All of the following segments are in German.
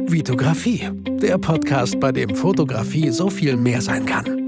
Vitografie, der Podcast, bei dem Fotografie so viel mehr sein kann.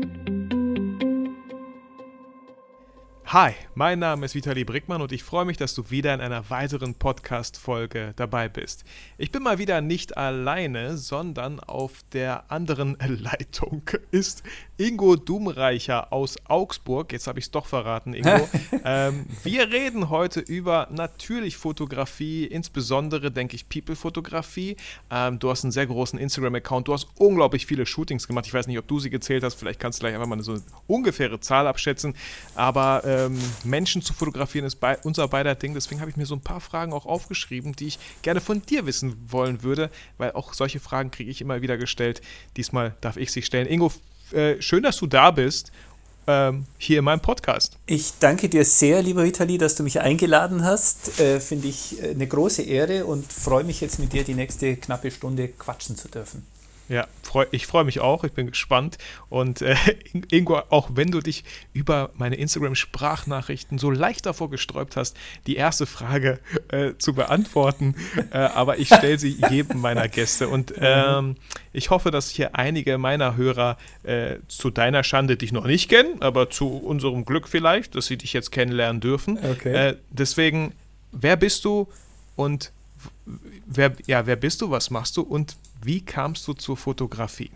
Hi, mein Name ist Vitali Brickmann und ich freue mich, dass du wieder in einer weiteren Podcast-Folge dabei bist. Ich bin mal wieder nicht alleine, sondern auf der anderen Leitung ist Ingo Dumreicher aus Augsburg. Jetzt habe ich es doch verraten, Ingo. Wir reden heute über natürlich Fotografie, insbesondere, denke ich, People-Fotografie. Du hast einen sehr großen Instagram-Account, du hast unglaublich viele Shootings gemacht. Ich weiß nicht, ob du sie gezählt hast, vielleicht kannst du gleich einfach mal so eine ungefähre Zahl abschätzen, aber Menschen zu fotografieren ist unser beider Ding, deswegen habe ich mir so ein paar Fragen auch aufgeschrieben, die ich gerne von dir wissen wollen würde, weil auch solche Fragen kriege ich immer wieder gestellt. Diesmal darf ich sie stellen. Ingo, schön, dass du da bist, hier in meinem Podcast. Ich danke dir sehr, lieber Vitali, dass du mich eingeladen hast. Finde ich eine große Ehre und freue mich jetzt mit dir die nächste knappe Stunde quatschen zu dürfen. Ja, ich freue mich auch, ich bin gespannt und Ingo, auch wenn du dich über meine Instagram-Sprachnachrichten so leicht davor gesträubt hast, die erste Frage zu beantworten, aber ich stelle sie jedem meiner Gäste und ich hoffe, dass hier einige meiner Hörer zu deiner Schande dich noch nicht kennen, aber zu unserem Glück vielleicht, dass sie dich jetzt kennenlernen dürfen. Okay. Deswegen, wer bist du und wer bist du, was machst du und wie kamst du zur Fotografie?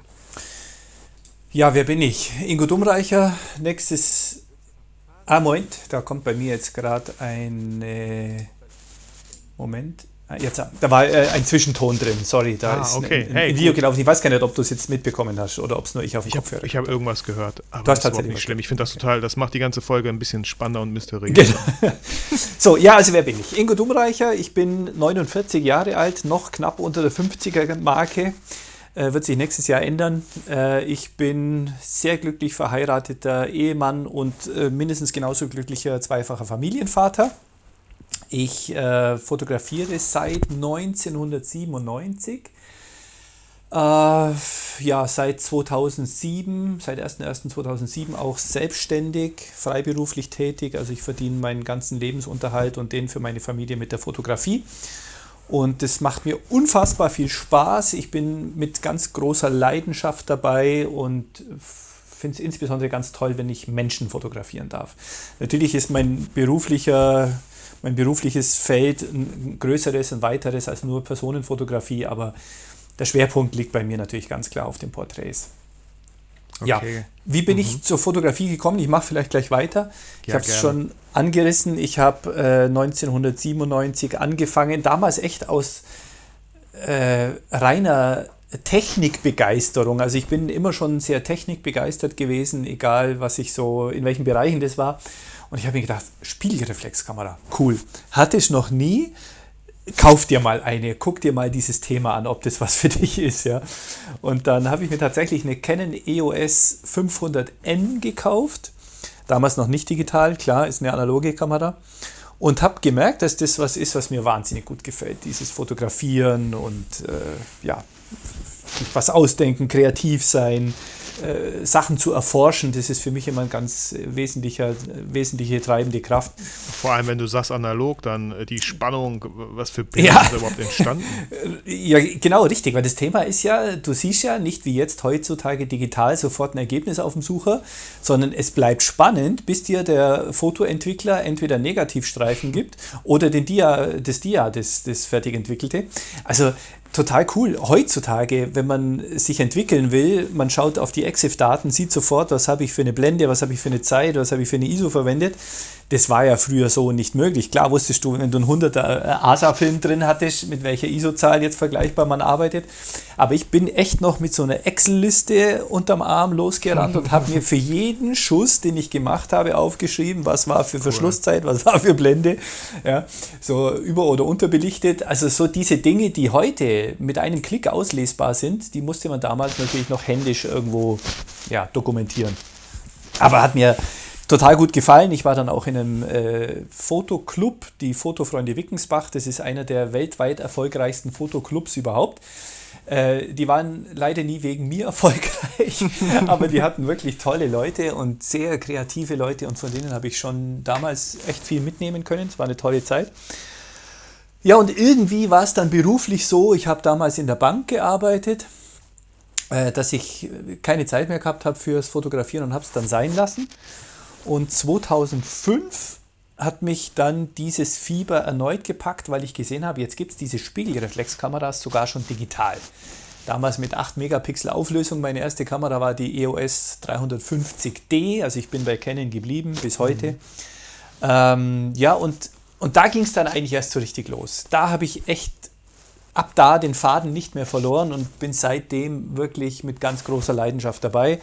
Ja, wer bin ich? Ingo Dumreicher, nächstes... Moment, da kommt bei mir jetzt gerade ein... Moment... Jetzt, da war ein Zwischenton drin, sorry, da ist okay. ein Video gelaufen. Ich weiß gar nicht, ob du es jetzt mitbekommen hast oder ob es nur ich auf dem Kopf höre. Ich habe irgendwas gehört, aber das ist überhaupt nicht schlimm. Ich finde das macht die ganze Folge ein bisschen spannender und mysteriöser. Genau. So, ja, also wer bin ich? Ingo Dumreicher, ich bin 49 Jahre alt, noch knapp unter der 50er-Marke, wird sich nächstes Jahr ändern. Ich bin sehr glücklich verheirateter Ehemann und mindestens genauso glücklicher zweifacher Familienvater. Ich fotografiere seit 1997, seit 2007, seit 1.1.2007 auch selbstständig, freiberuflich tätig. Also ich verdiene meinen ganzen Lebensunterhalt und den für meine Familie mit der Fotografie. Und das macht mir unfassbar viel Spaß. Ich bin mit ganz großer Leidenschaft dabei und finde es insbesondere ganz toll, wenn ich Menschen fotografieren darf. Natürlich ist mein berufliches Feld ein größeres, ein weiteres als nur Personenfotografie, aber der Schwerpunkt liegt bei mir natürlich ganz klar auf den Porträts. Okay. Ja, wie bin ich zur Fotografie gekommen? Ich mache vielleicht gleich weiter. Ich habe es schon angerissen. Ich habe 1997 angefangen, damals echt aus reiner Technikbegeisterung. Also ich bin immer schon sehr technikbegeistert gewesen, egal was ich so, in welchen Bereichen das war. Und ich habe mir gedacht, Spiegelreflexkamera, cool. Hatte ich noch nie. Kauf dir mal eine, guck dir mal dieses Thema an, ob das was für dich ist. Ja. Und dann habe ich mir tatsächlich eine Canon EOS 500N gekauft. Damals noch nicht digital, klar, ist eine analoge Kamera. Und habe gemerkt, dass das was ist, was mir wahnsinnig gut gefällt. Dieses Fotografieren und was ausdenken, kreativ sein, Sachen zu erforschen, das ist für mich immer eine ganz wesentliche treibende Kraft. Vor allem, wenn du sagst analog, dann die Spannung, was für Bilder ist da überhaupt entstanden? Ja, genau, richtig, weil das Thema ist ja, du siehst ja nicht wie jetzt heutzutage digital sofort ein Ergebnis auf dem Sucher, sondern es bleibt spannend, bis dir der Fotoentwickler entweder Negativstreifen gibt oder das fertig entwickelte. Also total cool. Heutzutage, wenn man sich entwickeln will, man schaut auf die EXIF-Daten, sieht sofort, was habe ich für eine Blende, was habe ich für eine Zeit, was habe ich für eine ISO verwendet. Das war ja früher so nicht möglich. Klar wusstest du, wenn du einen 100er ASA-Film drin hattest, mit welcher ISO-Zahl jetzt vergleichbar man arbeitet. Aber ich bin echt noch mit so einer Excel-Liste unterm Arm losgerannt und habe mir für jeden Schuss, den ich gemacht habe, aufgeschrieben, was war für Verschlusszeit, was war für Blende, ja, so über- oder unterbelichtet. Also so diese Dinge, die heute mit einem Klick auslesbar sind, die musste man damals natürlich noch händisch irgendwo dokumentieren. Aber hat mir total gut gefallen. Ich war dann auch in einem Fotoclub, die Fotofreunde Wickensbach. Das ist einer der weltweit erfolgreichsten Fotoclubs überhaupt. Die waren leider nie wegen mir erfolgreich, aber die hatten wirklich tolle Leute und sehr kreative Leute und von denen habe ich schon damals echt viel mitnehmen können. Es war eine tolle Zeit. Ja, und irgendwie war es dann beruflich so, ich habe damals in der Bank gearbeitet, dass ich keine Zeit mehr gehabt habe fürs Fotografieren und habe es dann sein lassen. Und 2005 hat mich dann dieses Fieber erneut gepackt, weil ich gesehen habe, jetzt gibt es diese Spiegelreflexkameras sogar schon digital. Damals mit 8 Megapixel Auflösung. Meine erste Kamera war die EOS 350D, also ich bin bei Canon geblieben bis heute. Ja, und da ging es dann eigentlich erst so richtig los. Da habe ich echt ab da den Faden nicht mehr verloren und bin seitdem wirklich mit ganz großer Leidenschaft dabei.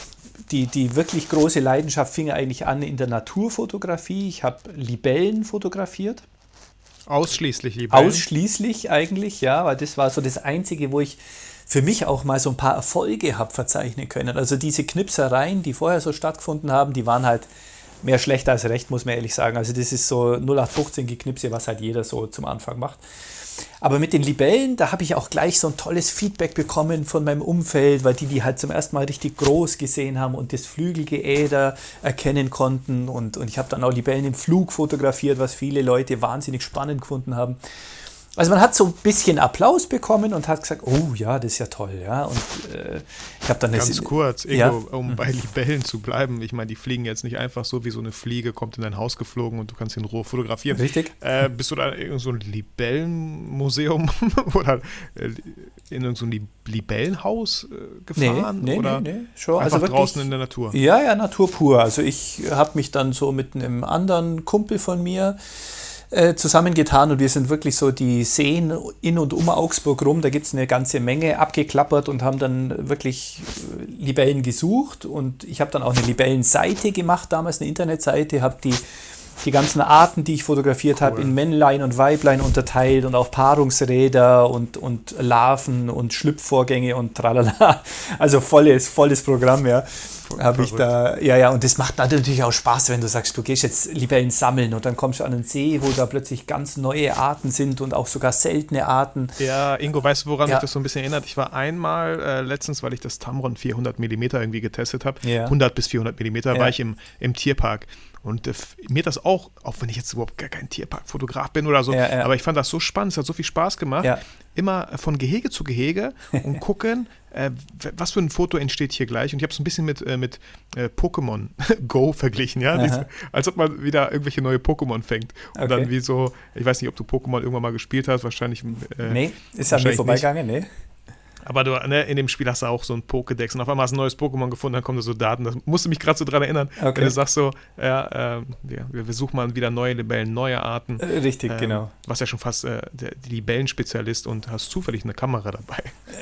Die wirklich große Leidenschaft fing eigentlich an in der Naturfotografie. Ich habe Libellen fotografiert. Ausschließlich Libellen? Ausschließlich eigentlich, ja, weil das war so das Einzige, wo ich für mich auch mal so ein paar Erfolge habe verzeichnen können. Also diese Knipsereien, die vorher so stattgefunden haben, die waren halt mehr schlecht als recht, muss man ehrlich sagen. Also das ist so 0815 Geknipse, was halt jeder so zum Anfang macht. Aber mit den Libellen, da habe ich auch gleich so ein tolles Feedback bekommen von meinem Umfeld, weil die halt zum ersten Mal richtig groß gesehen haben und das Flügelgeäder erkennen konnten. Und ich habe dann auch Libellen im Flug fotografiert, was viele Leute wahnsinnig spannend gefunden haben. Also man hat so ein bisschen Applaus bekommen und hat gesagt, oh ja, das ist ja toll. Ja. Und ich habe dann Ganz kurz, Ingo, um bei Libellen zu bleiben. Ich meine, die fliegen jetzt nicht einfach so wie so eine Fliege, kommt in dein Haus geflogen und du kannst ihn in Ruhe fotografieren. Richtig. Bist du da in irgend so ein Libellenmuseum oder in irgend so ein Libellenhaus gefahren? Nee, schon. Einfach also draußen in der Natur? Ja, Natur pur. Also ich habe mich dann so mit einem anderen Kumpel von mir zusammengetan und wir sind wirklich so die Seen in und um Augsburg rum, da gibt es eine ganze Menge abgeklappert und haben dann wirklich Libellen gesucht und ich habe dann auch eine Libellenseite gemacht, damals eine Internetseite, habe die ganzen Arten, die ich fotografiert habe, in Männlein und Weiblein unterteilt und auch Paarungsräder und Larven und Schlüpfvorgänge und tralala. Also volles Programm, ja. Habe ich da, ja, und das macht natürlich auch Spaß, wenn du sagst, du gehst jetzt Libellen sammeln und dann kommst du an einen See, wo da plötzlich ganz neue Arten sind und auch sogar seltene Arten. Ja, Ingo, weißt du, woran mich das so ein bisschen erinnert? Ich war einmal letztens, weil ich das Tamron 400 mm irgendwie getestet habe, 100 bis 400 mm, war ich im Tierpark. Und mir das auch wenn ich jetzt überhaupt gar kein Tierparkfotograf bin oder so, aber ich fand das so spannend, es hat so viel Spaß gemacht, immer von Gehege zu Gehege und gucken, was für ein Foto entsteht hier gleich. Und ich habe es ein bisschen mit Pokémon Go verglichen, ja, als ob man wieder irgendwelche neue Pokémon fängt. Und dann wie so, ich weiß nicht, ob du Pokémon irgendwann mal gespielt hast, wahrscheinlich. Nee, ist an mir vorbeigegangen, nee. Aber du, in dem Spiel hast du auch so ein Pokédex und auf einmal hast du ein neues Pokémon gefunden, dann kommen da so Daten. Das musste mich gerade so dran erinnern, wenn du sagst so, wir suchen mal wieder neue Libellen, neue Arten. Richtig, genau. Du warst ja schon fast der Libellenspezialist und hast zufällig eine Kamera dabei.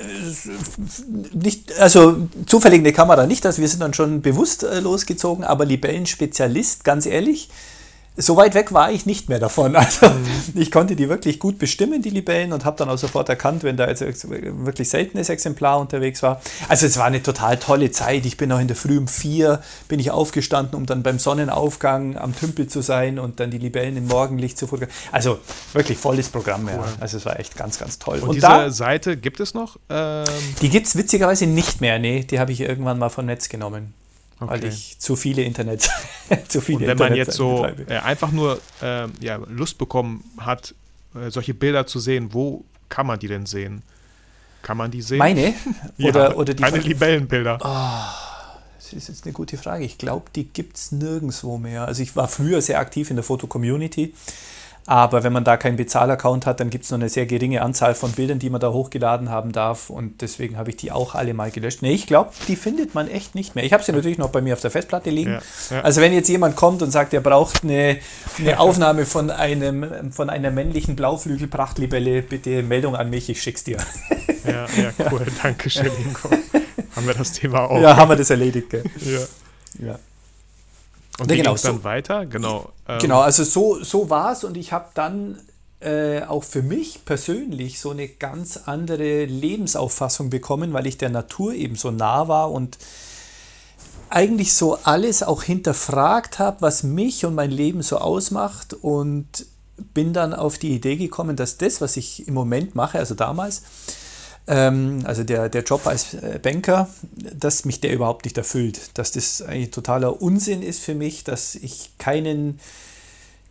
Nicht, also zufällig eine Kamera nicht, also wir sind dann schon bewusst losgezogen, aber Libellenspezialist, ganz ehrlich, so weit weg war ich nicht mehr davon. Also ich konnte die wirklich gut bestimmen, die Libellen, und habe dann auch sofort erkannt, wenn da jetzt wirklich seltenes Exemplar unterwegs war. Also es war eine total tolle Zeit. Ich bin auch in der Früh um 4 bin ich aufgestanden, um dann beim Sonnenaufgang am Tümpel zu sein und dann die Libellen im Morgenlicht zu fotografieren. Also wirklich volles Programm. Cool. Ja. Also es war echt ganz, ganz toll. Und diese Seite gibt es noch? Die gibt es witzigerweise nicht mehr. Nee, die habe ich irgendwann mal vom Netz genommen. Okay. Weil ich zu viele Internet Und wenn man jetzt so einfach nur Lust bekommen hat, solche Bilder zu sehen, wo kann man die denn sehen? Kann man die sehen? Meine? Oder die meine Libellenbilder. Das ist jetzt eine gute Frage. Ich glaube, die gibt es nirgendwo mehr. Also ich war früher sehr aktiv in der Foto-Community, aber wenn man da keinen Bezahlaccount hat, dann gibt es nur eine sehr geringe Anzahl von Bildern, die man da hochgeladen haben darf, und deswegen habe ich die auch alle mal gelöscht. Nee, ich glaube, die findet man echt nicht mehr. Ich habe sie natürlich noch bei mir auf der Festplatte liegen. Ja. Also wenn jetzt jemand kommt und sagt, er braucht eine Aufnahme von einer männlichen Blauflügelprachtlibelle, bitte Meldung an mich, ich schick's dir. Ja, cool, danke schön, Ingo. Haben wir das Thema auch. Ja, haben wir das erledigt, gell? Ja. Und wie ging es dann weiter? Genau, also so war es, und ich habe dann auch für mich persönlich so eine ganz andere Lebensauffassung bekommen, weil ich der Natur eben so nah war und eigentlich so alles auch hinterfragt habe, was mich und mein Leben so ausmacht, und bin dann auf die Idee gekommen, dass das, was ich im Moment mache, also damals, also der Job als Banker, dass mich der überhaupt nicht erfüllt, dass das eigentlich totaler Unsinn ist für mich, dass ich keinen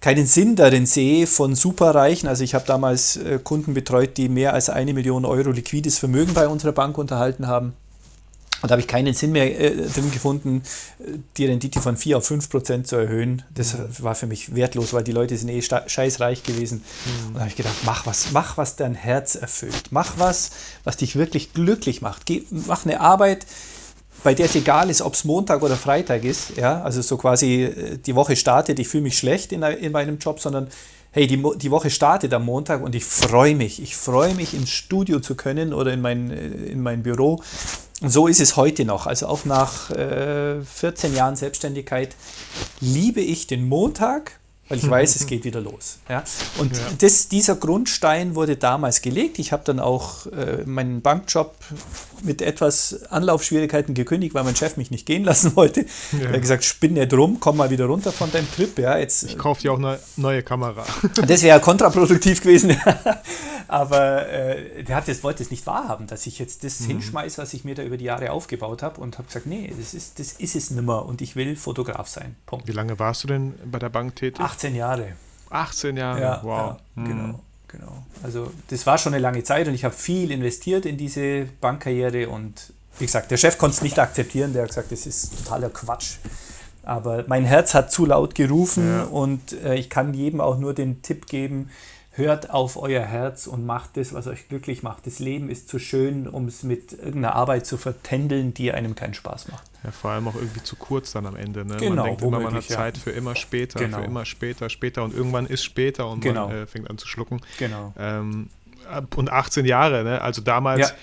keinen Sinn darin sehe von Superreichen. Also ich habe damals Kunden betreut, die mehr als 1 Million Euro liquides Vermögen bei unserer Bank unterhalten haben. Und da habe ich keinen Sinn mehr drin gefunden, die Rendite von 4 auf 5% zu erhöhen. Das war für mich wertlos, weil die Leute sind scheißreich gewesen. Und da habe ich gedacht, mach was dein Herz erfüllt. Mach was dich wirklich glücklich macht. Mach eine Arbeit, bei der es egal ist, ob es Montag oder Freitag ist. Ja? Also so quasi die Woche startet, ich fühle mich schlecht in meinem Job, sondern hey, die Woche startet am Montag und ich freue mich. Ich freue mich, ins Studio zu können oder in mein Büro. Und so ist es heute noch. Also auch nach 14 Jahren Selbstständigkeit liebe ich den Montag, weil ich weiß, es geht wieder los. Ja? Und dieser Grundstein wurde damals gelegt. Ich habe dann auch meinen Bankjob mit etwas Anlaufschwierigkeiten gekündigt, weil mein Chef mich nicht gehen lassen wollte. Ja. Er hat gesagt, spinn nicht rum, komm mal wieder runter von deinem Trip. Ja, ich kaufe dir auch eine neue Kamera. Das wäre kontraproduktiv gewesen. Aber der wollte es nicht wahrhaben, dass ich jetzt das hinschmeiße, was ich mir da über die Jahre aufgebaut habe, und habe gesagt, nee, das ist es nimmer und ich will Fotograf sein. Punkt. Wie lange warst du denn bei der Bank tätig? 18 Jahre. 18 Jahre, ja, wow. Ja, genau. Also das war schon eine lange Zeit und ich habe viel investiert in diese Bankkarriere und wie gesagt, der Chef konnte es nicht akzeptieren, der hat gesagt, das ist totaler Quatsch. Aber mein Herz hat zu laut gerufen und ich kann jedem auch nur den Tipp geben, hört auf euer Herz und macht das, was euch glücklich macht. Das Leben ist zu schön, um es mit irgendeiner Arbeit zu vertändeln, die einem keinen Spaß macht. Ja, vor allem auch irgendwie zu kurz dann am Ende. Ne? Genau, man denkt immer, man hat Zeit für immer später, für immer später und irgendwann ist später und man fängt an zu schlucken. Genau. Und 18 Jahre, ne? Also damals,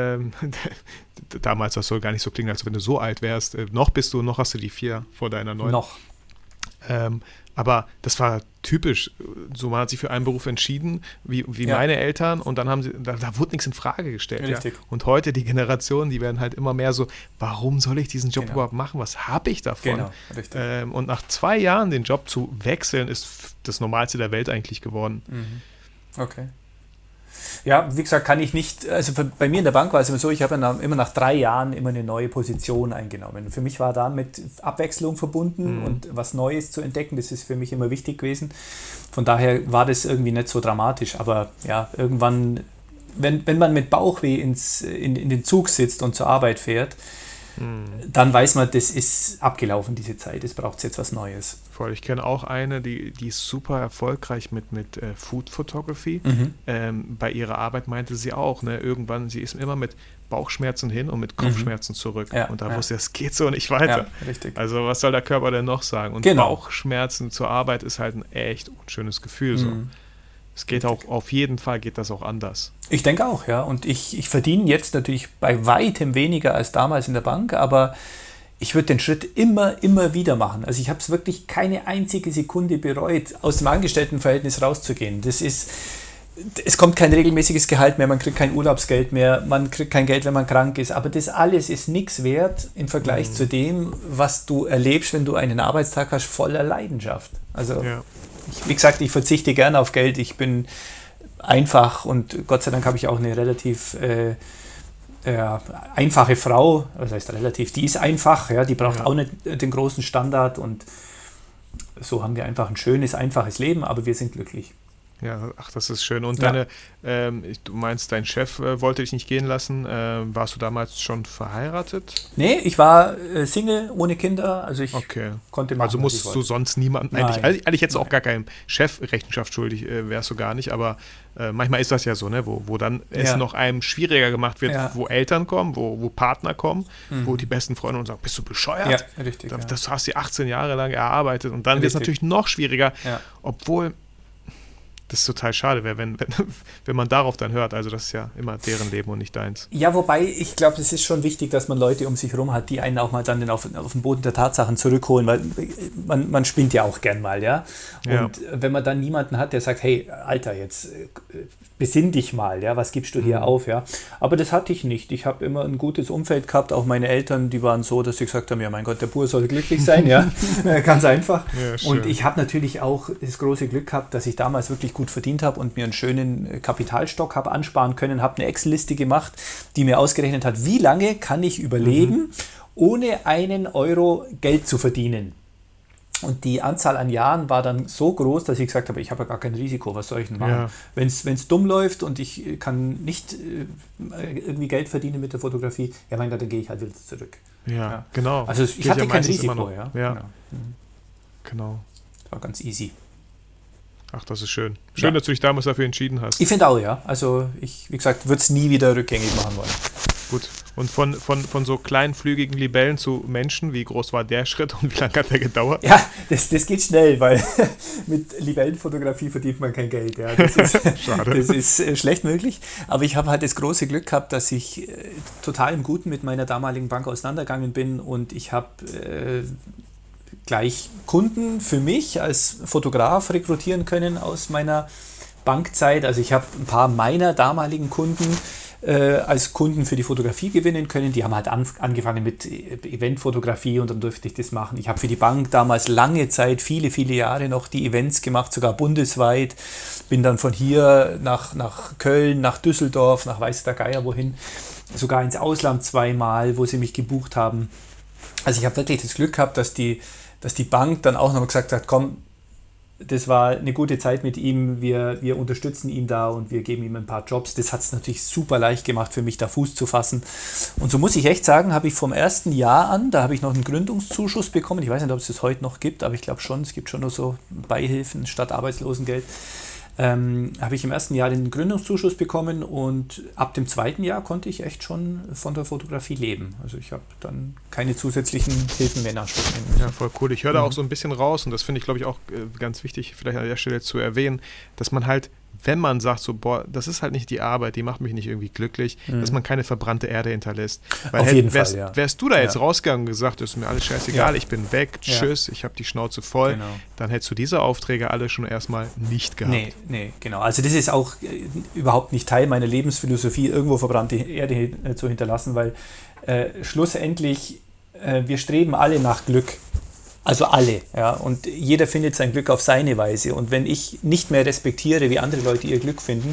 damals, das soll gar nicht so klingen, als wenn du so alt wärst. Noch hast du die 4 vor deiner 9. Noch. Aber das war typisch. So, man hat sich für einen Beruf entschieden, wie meine Eltern, und dann da wurde nichts in Frage gestellt. Richtig. Ja? Und heute die Generationen, die werden halt immer mehr so, warum soll ich diesen Job überhaupt machen? Was habe ich davon? Genau, richtig. Und nach 2 Jahren den Job zu wechseln, ist das Normalste der Welt eigentlich geworden. Okay. Ja, wie gesagt, kann ich nicht, also bei mir in der Bank war es immer so, ich habe immer nach 3 Jahren immer eine neue Position eingenommen. Für mich war damit Abwechslung verbunden und was Neues zu entdecken, das ist für mich immer wichtig gewesen. Von daher war das irgendwie nicht so dramatisch, aber ja, irgendwann, wenn man mit Bauchweh in den Zug sitzt und zur Arbeit fährt, dann weiß man, das ist abgelaufen, diese Zeit, es braucht jetzt was Neues. Voll, ich kenne auch eine, die ist super erfolgreich mit Food Photography. Bei ihrer Arbeit meinte sie auch, ne, irgendwann, sie ist immer mit Bauchschmerzen hin und mit Kopfschmerzen zurück. Ja, und da wusste sie, es geht so nicht weiter. Ja, richtig. Also was soll der Körper denn noch sagen? Und Bauchschmerzen zur Arbeit ist halt ein echt unschönes Gefühl. So. Es geht auch, auf jeden Fall geht das auch anders. Ich denke auch, ja. Und ich verdiene jetzt natürlich bei weitem weniger als damals in der Bank, aber ich würde den Schritt immer wieder machen. Also ich habe es wirklich keine einzige Sekunde bereut, aus dem Angestelltenverhältnis rauszugehen. Es kommt kein regelmäßiges Gehalt mehr, man kriegt kein Urlaubsgeld mehr, man kriegt kein Geld, wenn man krank ist. Aber das alles ist nichts wert im Vergleich zu dem, was du erlebst, wenn du einen Arbeitstag hast voller Leidenschaft. Also wie gesagt, ich verzichte gerne auf Geld. Ich bin einfach und Gott sei Dank habe ich auch eine relativ einfache Frau. Was heißt relativ? Die ist einfach, ja, die braucht auch nicht den großen Standard und so haben wir einfach ein schönes, einfaches Leben, aber wir sind glücklich. Ja, ach, das ist schön. Und du meinst, dein Chef wollte dich nicht gehen lassen. Warst du damals schon verheiratet? Nee, ich war Single, ohne Kinder. Also ich konnte machen, also musstest du sonst niemanden, eigentlich hättest du auch gar keinem Chef Rechenschaft schuldig, wärst du gar nicht, aber manchmal ist das ja so, ne, wo dann es noch einem schwieriger gemacht wird, wo Eltern kommen, wo Partner kommen, wo die besten Freunde und sagen, bist du bescheuert? Ja, richtig. Das hast du 18 Jahre lang erarbeitet und dann wird es natürlich noch schwieriger, obwohl das ist total schade, wenn man darauf dann hört. Also das ist ja immer deren Leben und nicht deins. Ja, wobei ich glaube, es ist schon wichtig, dass man Leute um sich herum hat, die einen auch mal dann auf den Boden der Tatsachen zurückholen, weil man spinnt ja auch gern mal, ja. Und wenn man dann niemanden hat, der sagt, hey, Alter, jetzt besinn dich mal, ja, was gibst du hier auf, ja. Aber das hatte ich nicht. Ich habe immer ein gutes Umfeld gehabt, auch meine Eltern, die waren so, dass sie gesagt haben, ja, mein Gott, der Bub soll glücklich sein, ja. Ganz einfach. Ja, und ich habe natürlich auch das große Glück gehabt, dass ich damals wirklich gut verdient habe und mir einen schönen Kapitalstock habe ansparen können, habe eine Excel-Liste gemacht, die mir ausgerechnet hat, wie lange kann ich überleben, ohne 1 Euro Geld zu verdienen. Und die Anzahl an Jahren war dann so groß, dass ich gesagt habe, ich habe ja gar kein Risiko, was soll ich denn machen? Ja. Wenn es dumm läuft und ich kann nicht irgendwie Geld verdienen mit der Fotografie, ja mein Gott, dann gehe ich halt wieder zurück. Ja, genau. Also ich Geht hatte ja kein meistens Risiko, immer noch. ja. Ja. Genau. Das war ganz easy. Ach, das ist schön. Schön, dass du dich damals dafür entschieden hast. Ich finde auch, ja. Also ich, wie gesagt, würde es nie wieder rückgängig machen wollen. Gut. Und von so kleinflügigen Libellen zu Menschen, wie groß war der Schritt und wie lange hat der gedauert? Ja, das geht schnell, weil mit Libellenfotografie verdient man kein Geld. Ja. Das ist, Schade. Das ist schlecht möglich. Aber ich habe halt das große Glück gehabt, dass ich total im Guten mit meiner damaligen Bank auseinandergegangen bin und ich habe gleich Kunden für mich als Fotograf rekrutieren können aus meiner Bankzeit. Also ich habe ein paar meiner damaligen Kunden als Kunden für die Fotografie gewinnen können. Die haben halt angefangen mit Eventfotografie und dann durfte ich das machen. Ich habe für die Bank damals lange Zeit, viele, viele Jahre noch die Events gemacht, sogar bundesweit. Bin dann von hier nach Köln, nach Düsseldorf, nach weiß der Geier wohin, sogar ins Ausland zweimal, wo sie mich gebucht haben. Also ich habe wirklich das Glück gehabt, dass die Bank dann auch noch gesagt hat, komm, das war eine gute Zeit mit ihm, wir unterstützen ihn da und wir geben ihm ein paar Jobs. Das hat es natürlich super leicht gemacht für mich, da Fuß zu fassen. Und so muss ich echt sagen, habe ich vom ersten Jahr an, da habe ich noch einen Gründungszuschuss bekommen. Ich weiß nicht, ob es das heute noch gibt, aber ich glaube schon, es gibt schon noch so Beihilfen statt Arbeitslosengeld. Habe ich im ersten Jahr den Gründungszuschuss bekommen und ab dem zweiten Jahr konnte ich echt schon von der Fotografie leben. Also ich habe dann keine zusätzlichen Hilfen mehr in Anspruch nehmen müssen. Ja, voll cool. Ich höre da auch so ein bisschen raus und das finde ich, glaube ich, auch ganz wichtig, vielleicht an der Stelle zu erwähnen, dass man halt, wenn man sagt so, boah, das ist halt nicht die Arbeit, die macht mich nicht irgendwie glücklich, dass man keine verbrannte Erde hinterlässt. Weil Auf jeden Fall, ja. Wärst du da jetzt rausgegangen und gesagt, ist mir alles scheißegal, Ja. ich bin weg, tschüss, ich habe die Schnauze voll, Genau. dann hättest du diese Aufträge alle schon erstmal nicht gehabt. Nee, genau. Also das ist auch überhaupt nicht Teil meiner Lebensphilosophie, irgendwo verbrannte Erde zu hinterlassen, weil schlussendlich wir streben alle nach Glück. Also alle, ja. Und jeder findet sein Glück auf seine Weise. Und wenn ich nicht mehr respektiere, wie andere Leute ihr Glück finden,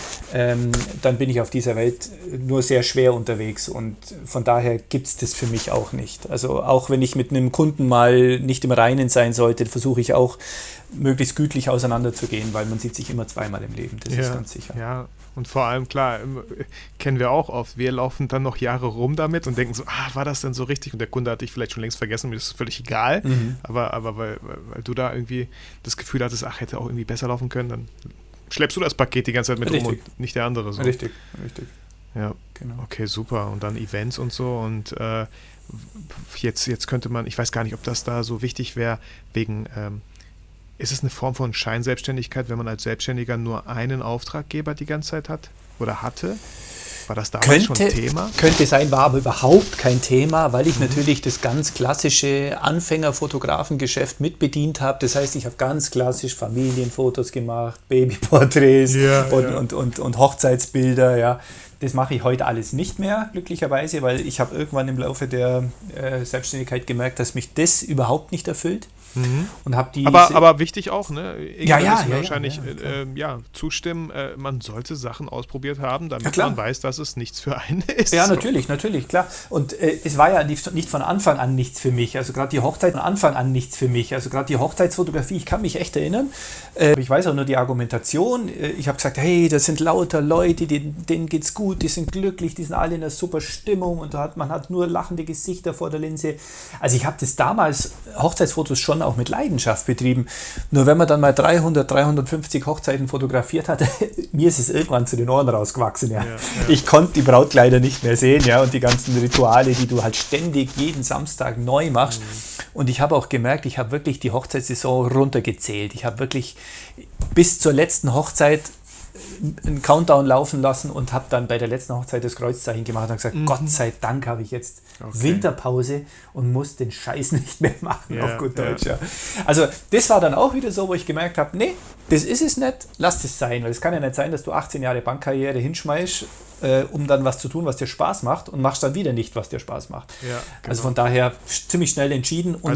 dann bin ich auf dieser Welt nur sehr schwer unterwegs. Und von daher gibt es das für mich auch nicht. Also auch wenn ich mit einem Kunden mal nicht im Reinen sein sollte, versuche ich auch möglichst gütlich auseinanderzugehen, weil man sieht sich immer zweimal im Leben. Das ist ganz sicher. Ja, und vor allem, klar, kennen wir auch oft, wir laufen dann noch Jahre rum damit und denken so, war das denn so richtig? Und der Kunde hat dich vielleicht schon längst vergessen, mir ist es völlig egal. Aber weil du da irgendwie das Gefühl hattest, hätte auch irgendwie besser laufen können, dann schleppst du das Paket die ganze Zeit mit rum und nicht der andere. So. Richtig. Ja, genau. Okay, super. Und dann Events und so und jetzt könnte man, ich weiß gar nicht, ob das da so wichtig wäre, wegen ist es eine Form von Scheinselbstständigkeit, wenn man als Selbstständiger nur einen Auftraggeber die ganze Zeit hat oder hatte? War das damals schon Thema? Könnte sein, war aber überhaupt kein Thema, weil ich natürlich das ganz klassische Anfängerfotografengeschäft mitbedient habe. Das heißt, ich habe ganz klassisch Familienfotos gemacht, Babyporträts und Hochzeitsbilder. Ja. Das mache ich heute alles nicht mehr, glücklicherweise, weil ich habe irgendwann im Laufe der Selbstständigkeit gemerkt, dass mich das überhaupt nicht erfüllt. Und aber wichtig auch, ne? Wahrscheinlich zustimmen, man sollte Sachen ausprobiert haben, damit man weiß, dass es nichts für einen ist. Ja, natürlich, klar. Und es war ja nicht von Anfang an nichts für mich. Also gerade die Hochzeit von Anfang an nichts für mich. Also gerade die Hochzeitsfotografie, ich kann mich echt erinnern. Ich weiß auch nur die Argumentation. Ich habe gesagt, hey, das sind lauter Leute, denen geht's gut, die sind glücklich, die sind alle in einer super Stimmung und man hat nur lachende Gesichter vor der Linse. Also ich habe das damals, Hochzeitsfotos schon auch mit Leidenschaft betrieben. Nur wenn man dann mal 350 Hochzeiten fotografiert hat, mir ist es irgendwann zu den Ohren rausgewachsen. Ja. Ich konnte die Brautkleider nicht mehr sehen, ja, und die ganzen Rituale, die du halt ständig jeden Samstag neu machst. Und ich habe auch gemerkt, ich habe wirklich die Hochzeitssaison runtergezählt. Ich habe wirklich bis zur letzten Hochzeit einen Countdown laufen lassen und habe dann bei der letzten Hochzeit das Kreuzzeichen gemacht und gesagt, Gott sei Dank habe ich jetzt Winterpause und muss den Scheiß nicht mehr machen, auf gut Deutsch. Ja. Also das war dann auch wieder so, wo ich gemerkt habe, nee, das ist es nicht, lass es sein, weil es kann ja nicht sein, dass du 18 Jahre Bankkarriere hinschmeißt, um dann was zu tun, was dir Spaß macht und machst dann wieder nicht, was dir Spaß macht. Ja, genau. Also von daher ziemlich schnell entschieden. Und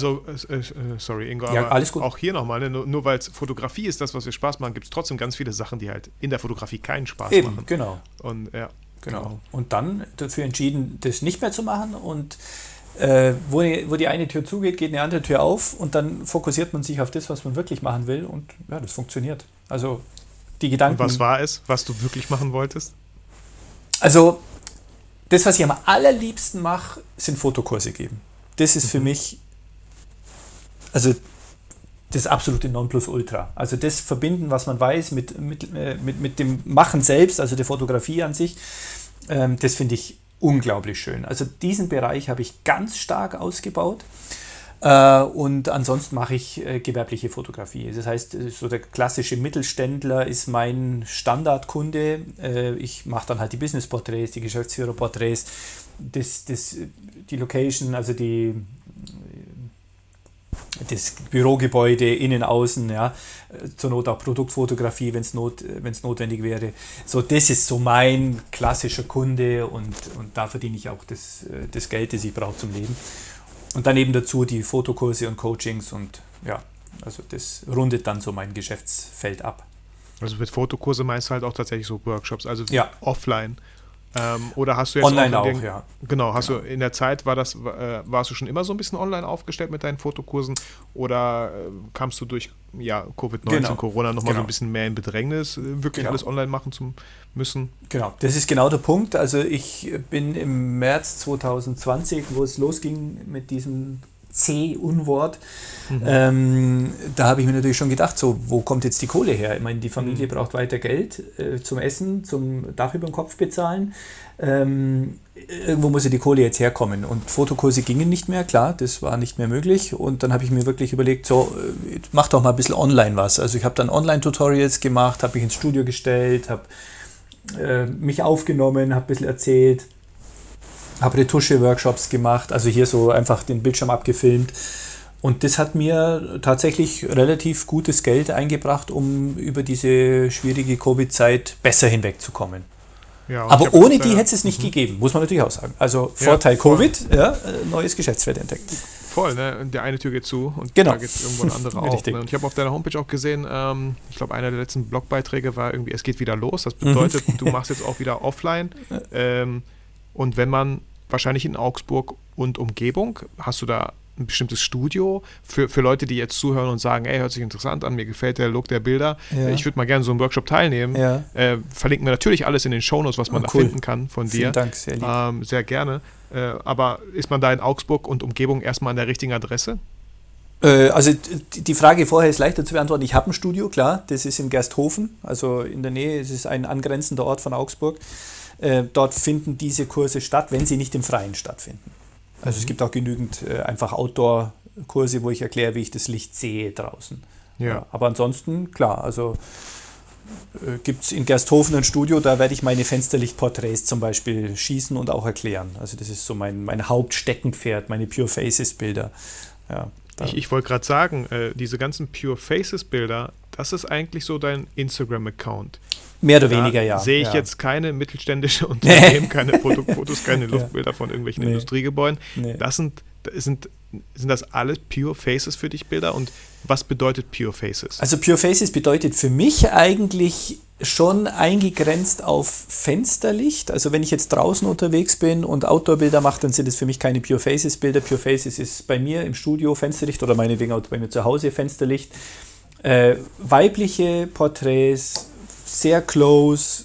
sorry Ingo, ja, aber alles gut. Auch hier nochmal, nur weil es Fotografie ist, das, was wir Spaß machen, gibt es trotzdem ganz viele Sachen, die halt in der Fotografie keinen Spaß machen. Genau. Und Genau. Und dann dafür entschieden, das nicht mehr zu machen und wo die eine Tür zugeht, geht eine andere Tür auf und dann fokussiert man sich auf das, was man wirklich machen will und ja, das funktioniert. Also die Gedanken... Und was war es, was du wirklich machen wolltest? Also das, was ich am allerliebsten mache, sind Fotokurse geben. Das ist für mich also das absolute Nonplusultra. Also das Verbinden, was man weiß, mit dem Machen selbst, also der Fotografie an sich, das finde ich unglaublich schön. Also diesen Bereich habe ich ganz stark ausgebaut und ansonsten mache ich gewerbliche Fotografie. Das heißt, so der klassische Mittelständler ist mein Standardkunde. Ich mache dann halt die Business-Porträts, die Geschäftsführer-Porträts, die Location, also das Bürogebäude, innen, außen, ja, zur Not auch Produktfotografie, wenn es notwendig wäre. So, das ist so mein klassischer Kunde und da verdiene ich auch das Geld, das ich brauche zum Leben. Und dann eben dazu die Fotokurse und Coachings und ja, also das rundet dann so mein Geschäftsfeld ab. Also mit Fotokurse meinst du halt auch tatsächlich so Workshops, also ja. Offline. Oder hast du jetzt online auch, ja. Genau, hast du in der Zeit, warst du schon immer so ein bisschen online aufgestellt mit deinen Fotokursen oder kamst du durch Covid-19, Corona nochmal so ein bisschen mehr in Bedrängnis, wirklich alles online machen zu müssen? Genau, das ist genau der Punkt. Also ich bin im März 2020, wo es losging mit diesem C-Unwort, da habe ich mir natürlich schon gedacht, so, wo kommt jetzt die Kohle her? Ich meine, die Familie braucht weiter Geld zum Essen, zum Dach über den Kopf bezahlen. Irgendwo muss ja die Kohle jetzt herkommen. Und Fotokurse gingen nicht mehr, klar, das war nicht mehr möglich. Und dann habe ich mir wirklich überlegt, so, mach doch mal ein bisschen online was. Also ich habe dann Online-Tutorials gemacht, habe mich ins Studio gestellt, habe mich aufgenommen, habe ein bisschen erzählt, habe Retusche-Workshops gemacht, also hier so einfach den Bildschirm abgefilmt. Und das hat mir tatsächlich relativ gutes Geld eingebracht, um über diese schwierige Covid-Zeit besser hinwegzukommen. Ja, aber ohne die hätte es nicht gegeben, muss man natürlich auch sagen. Also Vorteil Covid, neues Geschäftsfeld entdeckt. Voll, ne? Und der eine Tür geht zu und da geht irgendwo eine andere auf. Ne? Und ich habe auf deiner Homepage auch gesehen, ich glaube, einer der letzten Blogbeiträge war irgendwie, es geht wieder los. Das bedeutet, du machst jetzt auch wieder offline. Und wenn man wahrscheinlich in Augsburg und Umgebung, hast du da ein bestimmtes Studio für Leute, die jetzt zuhören und sagen, ey, hört sich interessant an, mir gefällt der Look der Bilder, ich würde mal gerne so einen Workshop teilnehmen. Verlinken wir natürlich alles in den Shownotes, was man da finden kann von dir. Vielen Dank, sehr lieb. Sehr gerne. Aber ist man da in Augsburg und Umgebung erstmal an der richtigen Adresse? Also die Frage vorher ist leichter zu beantworten. Ich habe ein Studio, klar, das ist in Gersthofen, also in der Nähe, es ist ein angrenzender Ort von Augsburg. Dort finden diese Kurse statt, wenn sie nicht im Freien stattfinden. Also es gibt auch genügend einfach Outdoor-Kurse, wo ich erkläre, wie ich das Licht sehe draußen. Ja. Aber ansonsten, klar, also gibt es in Gersthofen ein Studio, da werde ich meine Fensterlichtporträts zum Beispiel schießen und auch erklären. Also das ist so mein Hauptsteckenpferd, meine Pure Faces Bilder. Ja, ich wollte gerade sagen, diese ganzen Pure Faces Bilder, das ist eigentlich so dein Instagram-Account. Mehr oder weniger, ja. Sehe ich jetzt keine mittelständische Unternehmen, keine Produktfotos, keine Luftbilder von irgendwelchen Industriegebäuden. Sind das alles Pure Faces für dich Bilder? Und was bedeutet Pure Faces? Also Pure Faces bedeutet für mich eigentlich schon eingegrenzt auf Fensterlicht. Also wenn ich jetzt draußen unterwegs bin und Outdoor-Bilder mache, dann sind es für mich keine Pure Faces Bilder. Pure Faces ist bei mir im Studio Fensterlicht oder meinetwegen auch bei mir zu Hause Fensterlicht. Weibliche Porträts, sehr close,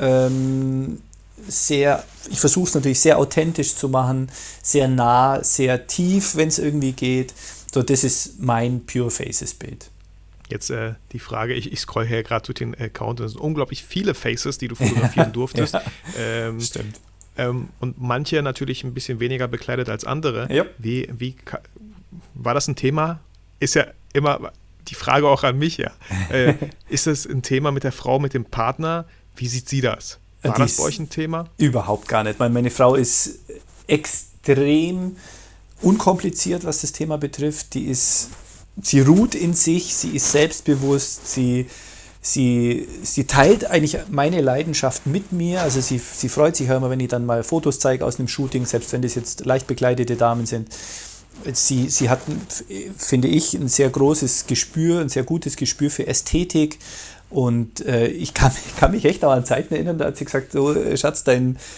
ich versuche es natürlich sehr authentisch zu machen, sehr nah, sehr tief, wenn es irgendwie geht. So, das ist mein Pure Faces Bild. Jetzt die Frage, ich scroll hier gerade durch den Account, es sind unglaublich viele Faces, die du fotografieren durftest. Stimmt. Und manche natürlich ein bisschen weniger bekleidet als andere. Ja. Wie war das ein Thema? Ist ja immer die Frage auch an mich, ja. Ist das ein Thema mit der Frau, mit dem Partner? Wie sieht sie das? War das bei euch ein Thema? Überhaupt gar nicht. Meine Frau ist extrem unkompliziert, was das Thema betrifft. Sie ruht in sich, sie ist selbstbewusst, sie teilt eigentlich meine Leidenschaft mit mir. Also sie freut sich auch immer, wenn ich dann mal Fotos zeige aus einem Shooting, selbst wenn das jetzt leicht bekleidete Damen sind. Sie hat, finde ich, ein sehr großes Gespür, ein sehr gutes Gespür für Ästhetik. Und ich kann mich echt auch an Zeiten erinnern, da hat sie gesagt, so Schatz, dein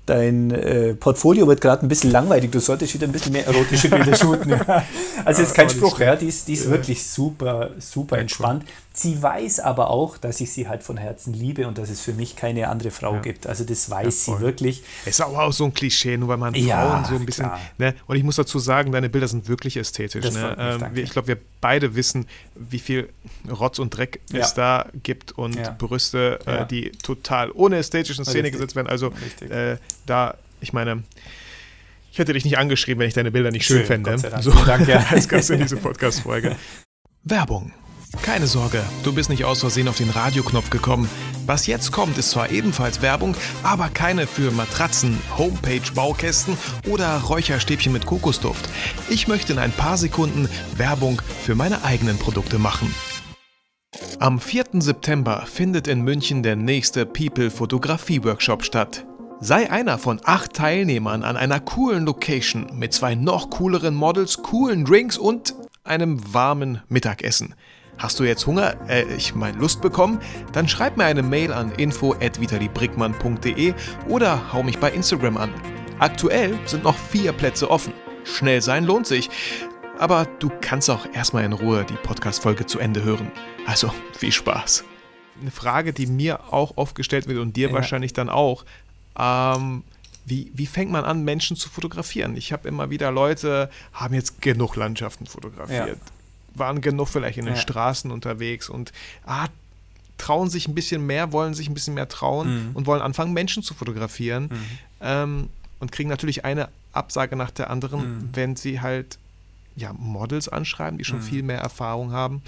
dein Portfolio wird gerade ein bisschen langweilig, du solltest wieder ein bisschen mehr erotische Bilder shooten. Ja. Also ist kein Spruch, ja, die ist wirklich super, super entspannt. Sie weiß aber auch, dass ich sie halt von Herzen liebe und dass es für mich keine andere Frau gibt. Also das weiß sie wirklich. Ist aber auch so ein Klischee, nur weil man Frauen so ein bisschen... Ne? Und ich muss dazu sagen, deine Bilder sind wirklich ästhetisch. Ne? Ich glaube, wir beide wissen, wie viel Rotz und Dreck es da gibt und Brüste, die total ohne ästhetische Szene gesetzt werden. Also ich meine... Ich hätte dich nicht angeschrieben, wenn ich deine Bilder nicht schön fände. So, danke. Als Gast in diese Podcast-Folge. Werbung. Keine Sorge, du bist nicht aus Versehen auf den Radioknopf gekommen. Was jetzt kommt, ist zwar ebenfalls Werbung, aber keine für Matratzen, Homepage-Baukästen oder Räucherstäbchen mit Kokosduft. Ich möchte in ein paar Sekunden Werbung für meine eigenen Produkte machen. Am 4. September findet in München der nächste People-Fotografie-Workshop statt. Sei einer von 8 Teilnehmern an einer coolen Location mit 2 noch cooleren Models, coolen Drinks und einem warmen Mittagessen. Hast du jetzt Hunger, Lust bekommen? Dann schreib mir eine Mail an info@vitalibrickmann.de oder hau mich bei Instagram an. Aktuell sind noch 4 Plätze offen. Schnell sein lohnt sich. Aber du kannst auch erstmal in Ruhe die Podcast-Folge zu Ende hören. Also, viel Spaß. Eine Frage, die mir auch oft gestellt wird und dir wahrscheinlich dann auch. Wie fängt man an, Menschen zu fotografieren? Ich habe immer wieder Leute, haben jetzt genug Landschaften fotografiert, waren genug vielleicht in den Straßen unterwegs und trauen sich ein bisschen mehr, wollen sich ein bisschen mehr trauen und wollen anfangen, Menschen zu fotografieren und kriegen natürlich eine Absage nach der anderen, wenn sie halt Models anschreiben, die schon viel mehr Erfahrung haben.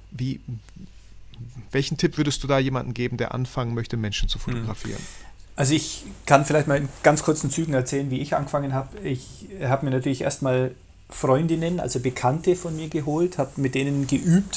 Welchen Tipp würdest du da jemandem geben, der anfangen möchte, Menschen zu fotografieren? Also ich kann vielleicht mal in ganz kurzen Zügen erzählen, wie ich angefangen habe. Ich habe mir natürlich erstmal Freundinnen, also Bekannte von mir geholt, habe mit denen geübt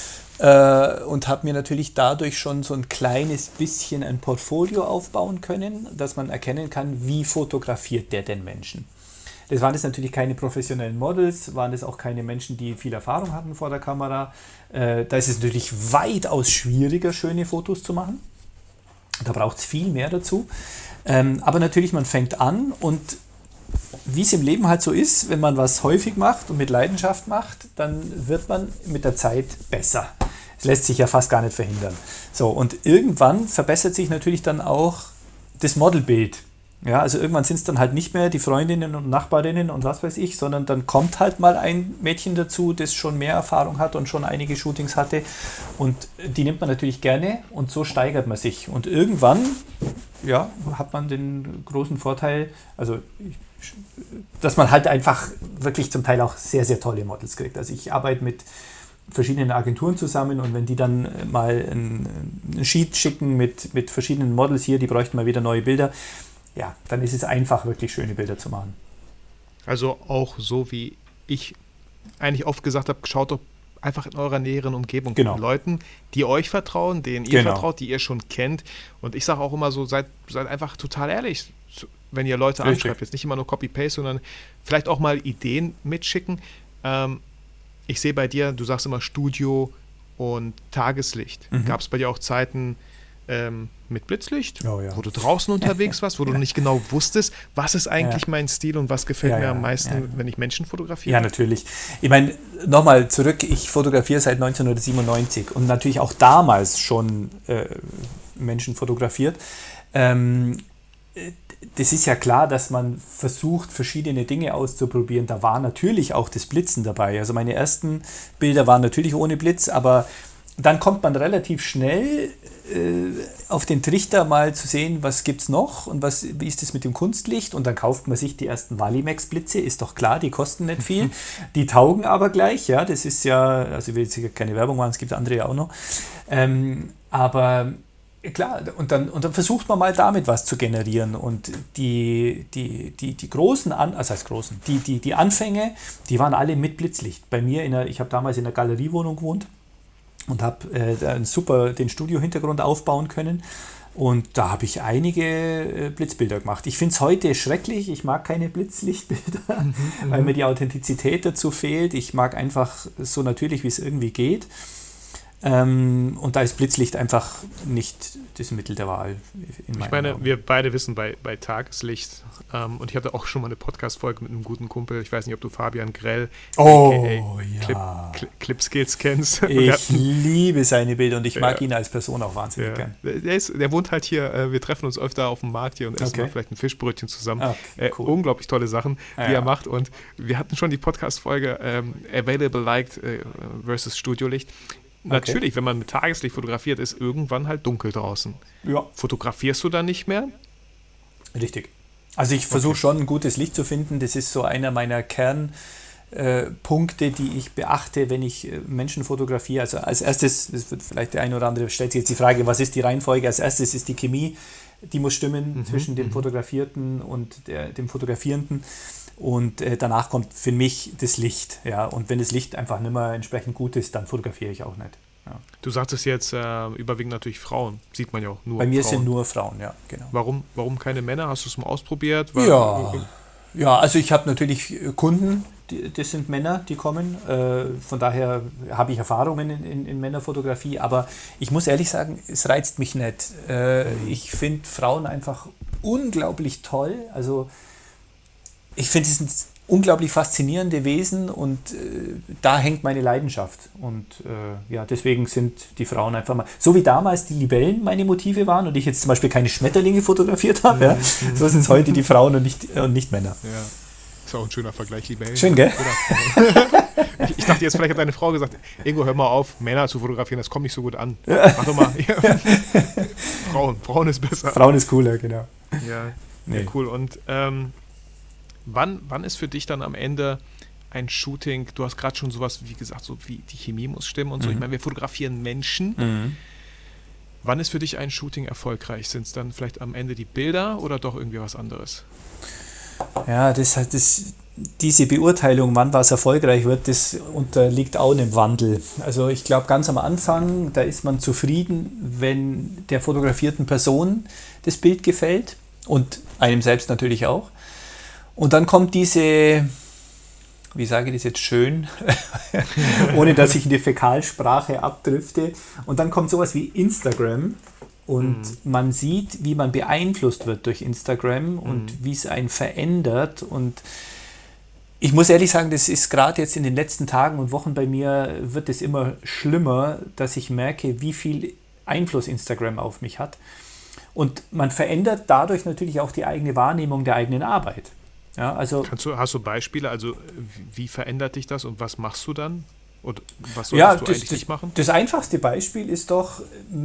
und habe mir natürlich dadurch schon so ein kleines bisschen ein Portfolio aufbauen können, dass man erkennen kann, wie fotografiert der denn Menschen. Das waren jetzt natürlich keine professionellen Models, waren das auch keine Menschen, die viel Erfahrung hatten vor der Kamera. Da ist es natürlich weitaus schwieriger, schöne Fotos zu machen. Da braucht es viel mehr dazu. Aber natürlich, man fängt an und wie es im Leben halt so ist, wenn man was häufig macht und mit Leidenschaft macht, dann wird man mit der Zeit besser. Das lässt sich ja fast gar nicht verhindern. So, und irgendwann verbessert sich natürlich dann auch das Modelbild. Ja, also irgendwann sind es dann halt nicht mehr die Freundinnen und Nachbarinnen und was weiß ich, sondern dann kommt halt mal ein Mädchen dazu, das schon mehr Erfahrung hat und schon einige Shootings hatte und die nimmt man natürlich gerne und so steigert man sich und irgendwann hat man den großen Vorteil, also dass man halt einfach wirklich zum Teil auch sehr, sehr tolle Models kriegt. Also ich arbeite mit verschiedenen Agenturen zusammen und wenn die dann mal ein Sheet schicken mit verschiedenen Models hier, die bräuchten mal wieder neue Bilder, ja, dann ist es einfach, wirklich schöne Bilder zu machen. Also auch so, wie ich eigentlich oft gesagt habe, schaut doch einfach in eurer näheren Umgebung mit Leuten, die euch vertrauen, denen ihr vertraut, die ihr schon kennt. Und ich sage auch immer so, seid einfach total ehrlich, wenn ihr Leute anschreibt. Jetzt nicht immer nur Copy-Paste, sondern vielleicht auch mal Ideen mitschicken. Ich sehe bei dir, du sagst immer Studio und Tageslicht. Gab es bei dir auch Zeiten mit Blitzlicht, wo du draußen unterwegs warst, wo du nicht genau wusstest, was ist eigentlich mein Stil und was gefällt mir am meisten, wenn ich Menschen fotografiere? Ja, natürlich. Ich meine, nochmal zurück, ich fotografiere seit 1997 und natürlich auch damals schon Menschen fotografiert. Das ist ja klar, dass man versucht, verschiedene Dinge auszuprobieren. Da war natürlich auch das Blitzen dabei. Also meine ersten Bilder waren natürlich ohne Blitz, aber dann kommt man relativ schnell auf den Trichter mal zu sehen, was gibt es noch und wie ist es mit dem Kunstlicht und dann kauft man sich die ersten Valimax-Blitze, ist doch klar, die kosten nicht viel, die taugen aber gleich, ja, das ist ja, also ich will jetzt keine Werbung machen, es gibt andere ja auch noch, aber klar, und dann versucht man mal damit was zu generieren und die großen, die Anfänge, die waren alle mit Blitzlicht. Bei mir, ich habe damals in einer Galeriewohnung gewohnt und habe den Studio-Hintergrund aufbauen können und da habe ich einige Blitzbilder gemacht. Ich finde es heute schrecklich, ich mag keine Blitzlichtbilder, weil mir die Authentizität dazu fehlt. Ich mag einfach so natürlich, wie es irgendwie geht. Und da ist Blitzlicht einfach nicht das Mittel der Wahl. Ich meine, wir beide wissen bei Tageslicht, und ich hatte auch schon mal eine Podcast-Folge mit einem guten Kumpel, ich weiß nicht, ob du Fabian Grell, Clipskills kennst. Ich liebe seine Bilder und ich mag ihn als Person auch wahnsinnig gern. Der wohnt halt hier, wir treffen uns öfter auf dem Markt hier und essen mal vielleicht ein Fischbrötchen zusammen. Cool. Unglaublich tolle Sachen, die er macht, und wir hatten schon die Podcast-Folge Available Light versus Studiolicht. Natürlich, wenn man mit Tageslicht fotografiert, ist irgendwann halt dunkel draußen. Ja. Fotografierst du dann nicht mehr? Richtig. Also ich versuche schon ein gutes Licht zu finden. Das ist so einer meiner Kernpunkte, die ich beachte, wenn ich Menschen fotografiere. Also als erstes, das wird vielleicht der eine oder andere, stellt sich jetzt die Frage, was ist die Reihenfolge? Als erstes ist die Chemie, die muss stimmen zwischen dem Fotografierten und dem Fotografierenden. Und danach kommt für mich das Licht. Ja? Und wenn das Licht einfach nicht mehr entsprechend gut ist, dann fotografiere ich auch nicht. Ja. Du sagtest jetzt überwiegend natürlich Frauen. Sieht man ja auch nur Bei mir Frauen. sind nur Frauen, ja, genau. Warum keine Männer? Hast du es mal ausprobiert? Ja, also ich habe natürlich Kunden, das sind Männer, die kommen. Von daher habe ich Erfahrungen in Männerfotografie. Aber ich muss ehrlich sagen, es reizt mich nicht. Ich finde Frauen einfach unglaublich toll. Also ich finde, sie sind unglaublich faszinierende Wesen und da hängt meine Leidenschaft. Und deswegen sind die Frauen einfach mal, so wie damals die Libellen meine Motive waren und ich jetzt zum Beispiel keine Schmetterlinge fotografiert habe, so sind es heute die Frauen und nicht Männer. Ja. Ist auch ein schöner Vergleich, Libellen. Schön, gell? Ich dachte jetzt, vielleicht hat deine Frau gesagt, Ingo, hör mal auf, Männer zu fotografieren, das kommt nicht so gut an. Mach doch mal. Frauen ist besser. Frauen ist cooler, genau. Ja, cool. Und wann ist für dich dann am Ende ein Shooting, du hast gerade schon sowas, wie gesagt, so wie die Chemie muss stimmen und so. Ich meine, wir fotografieren Menschen. Wann ist für dich ein Shooting erfolgreich? Sind es dann vielleicht am Ende die Bilder oder doch irgendwie was anderes? Ja, diese Beurteilung, wann was erfolgreich wird, das unterliegt auch einem Wandel. Also ich glaube, ganz am Anfang, da ist man zufrieden, wenn der fotografierten Person das Bild gefällt und einem selbst natürlich auch. Und dann kommt diese, wie sage ich das jetzt schön, ohne dass ich in die Fäkalsprache abdrifte, und dann kommt sowas wie Instagram und man sieht, wie man beeinflusst wird durch Instagram und wie es einen verändert. Und ich muss ehrlich sagen, das ist gerade jetzt in den letzten Tagen und Wochen bei mir, wird es immer schlimmer, dass ich merke, wie viel Einfluss Instagram auf mich hat. Und man verändert dadurch natürlich auch die eigene Wahrnehmung der eigenen Arbeit. Ja, also hast du Beispiele? Also wie verändert dich das und was machst du dann? Und was solltest du eigentlich nicht machen? Das einfachste Beispiel ist doch,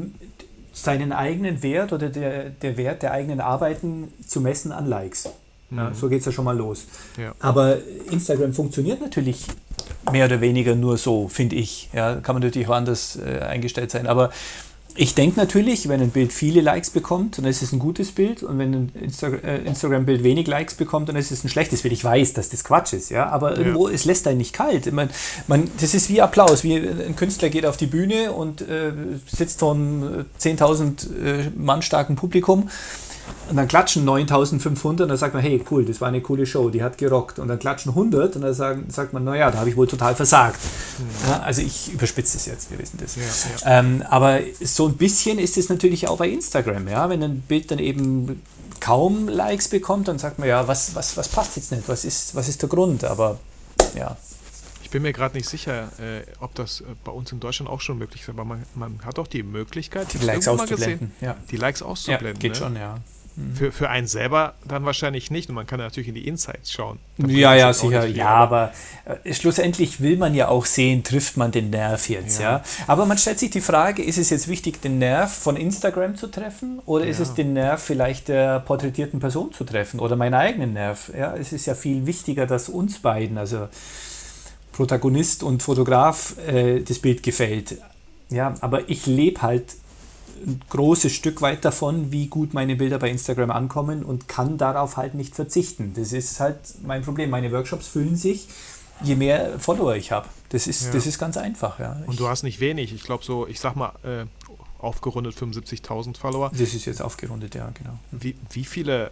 seinen eigenen Wert oder der Wert der eigenen Arbeiten zu messen an Likes. Ja, so geht es ja schon mal los. Ja. Aber Instagram funktioniert natürlich mehr oder weniger nur so, finde ich. Ja, kann man natürlich auch anders eingestellt sein. Aber ich denke natürlich, wenn ein Bild viele Likes bekommt, dann ist es ein gutes Bild. Und wenn ein Instagram-Bild wenig Likes bekommt, dann ist es ein schlechtes Bild. Ich weiß, dass das Quatsch ist, ja, aber irgendwo, es lässt einen nicht kalt. Das ist wie Applaus. Wie ein Künstler geht auf die Bühne und sitzt vor einem 10.000 Mann starken Publikum. Und dann klatschen 9.500 und dann sagt man, hey, cool, das war eine coole Show, die hat gerockt. Und dann klatschen 100 und dann sagt man, naja, da habe ich wohl total versagt. Ja, also ich überspitze es jetzt, wir wissen das. Ja. Aber so ein bisschen ist es natürlich auch bei Instagram. Ja? Wenn ein Bild dann eben kaum Likes bekommt, dann sagt man, ja, was passt jetzt nicht? Was ist der Grund? Aber ja. Ich bin mir gerade nicht sicher, ob das bei uns in Deutschland auch schon möglich ist, aber man hat doch die Möglichkeit, die Likes auszublenden. Ja. Die Likes auszublenden. Ja, geht schon, ja. Für einen selber dann wahrscheinlich nicht. Und man kann natürlich in die Insights schauen. Ja, sicher. Ja, aber schlussendlich will man ja auch sehen, trifft man den Nerv jetzt. Ja. Aber man stellt sich die Frage, ist es jetzt wichtig, den Nerv von Instagram zu treffen? Oder ist es den Nerv vielleicht der porträtierten Person zu treffen? Oder meinen eigenen Nerv? Ja, es ist ja viel wichtiger, dass uns beiden, also Protagonist und Fotograf, das Bild gefällt. Ja, aber ich lebe halt ein großes Stück weit davon, wie gut meine Bilder bei Instagram ankommen und kann darauf halt nicht verzichten. Das ist halt mein Problem. Meine Workshops füllen sich, je mehr Follower ich habe. Das ist ganz einfach. Ja. Und du hast nicht wenig. Ich glaube so, ich sag mal, aufgerundet 75.000 Follower. Das ist jetzt aufgerundet, ja, genau. Wie viele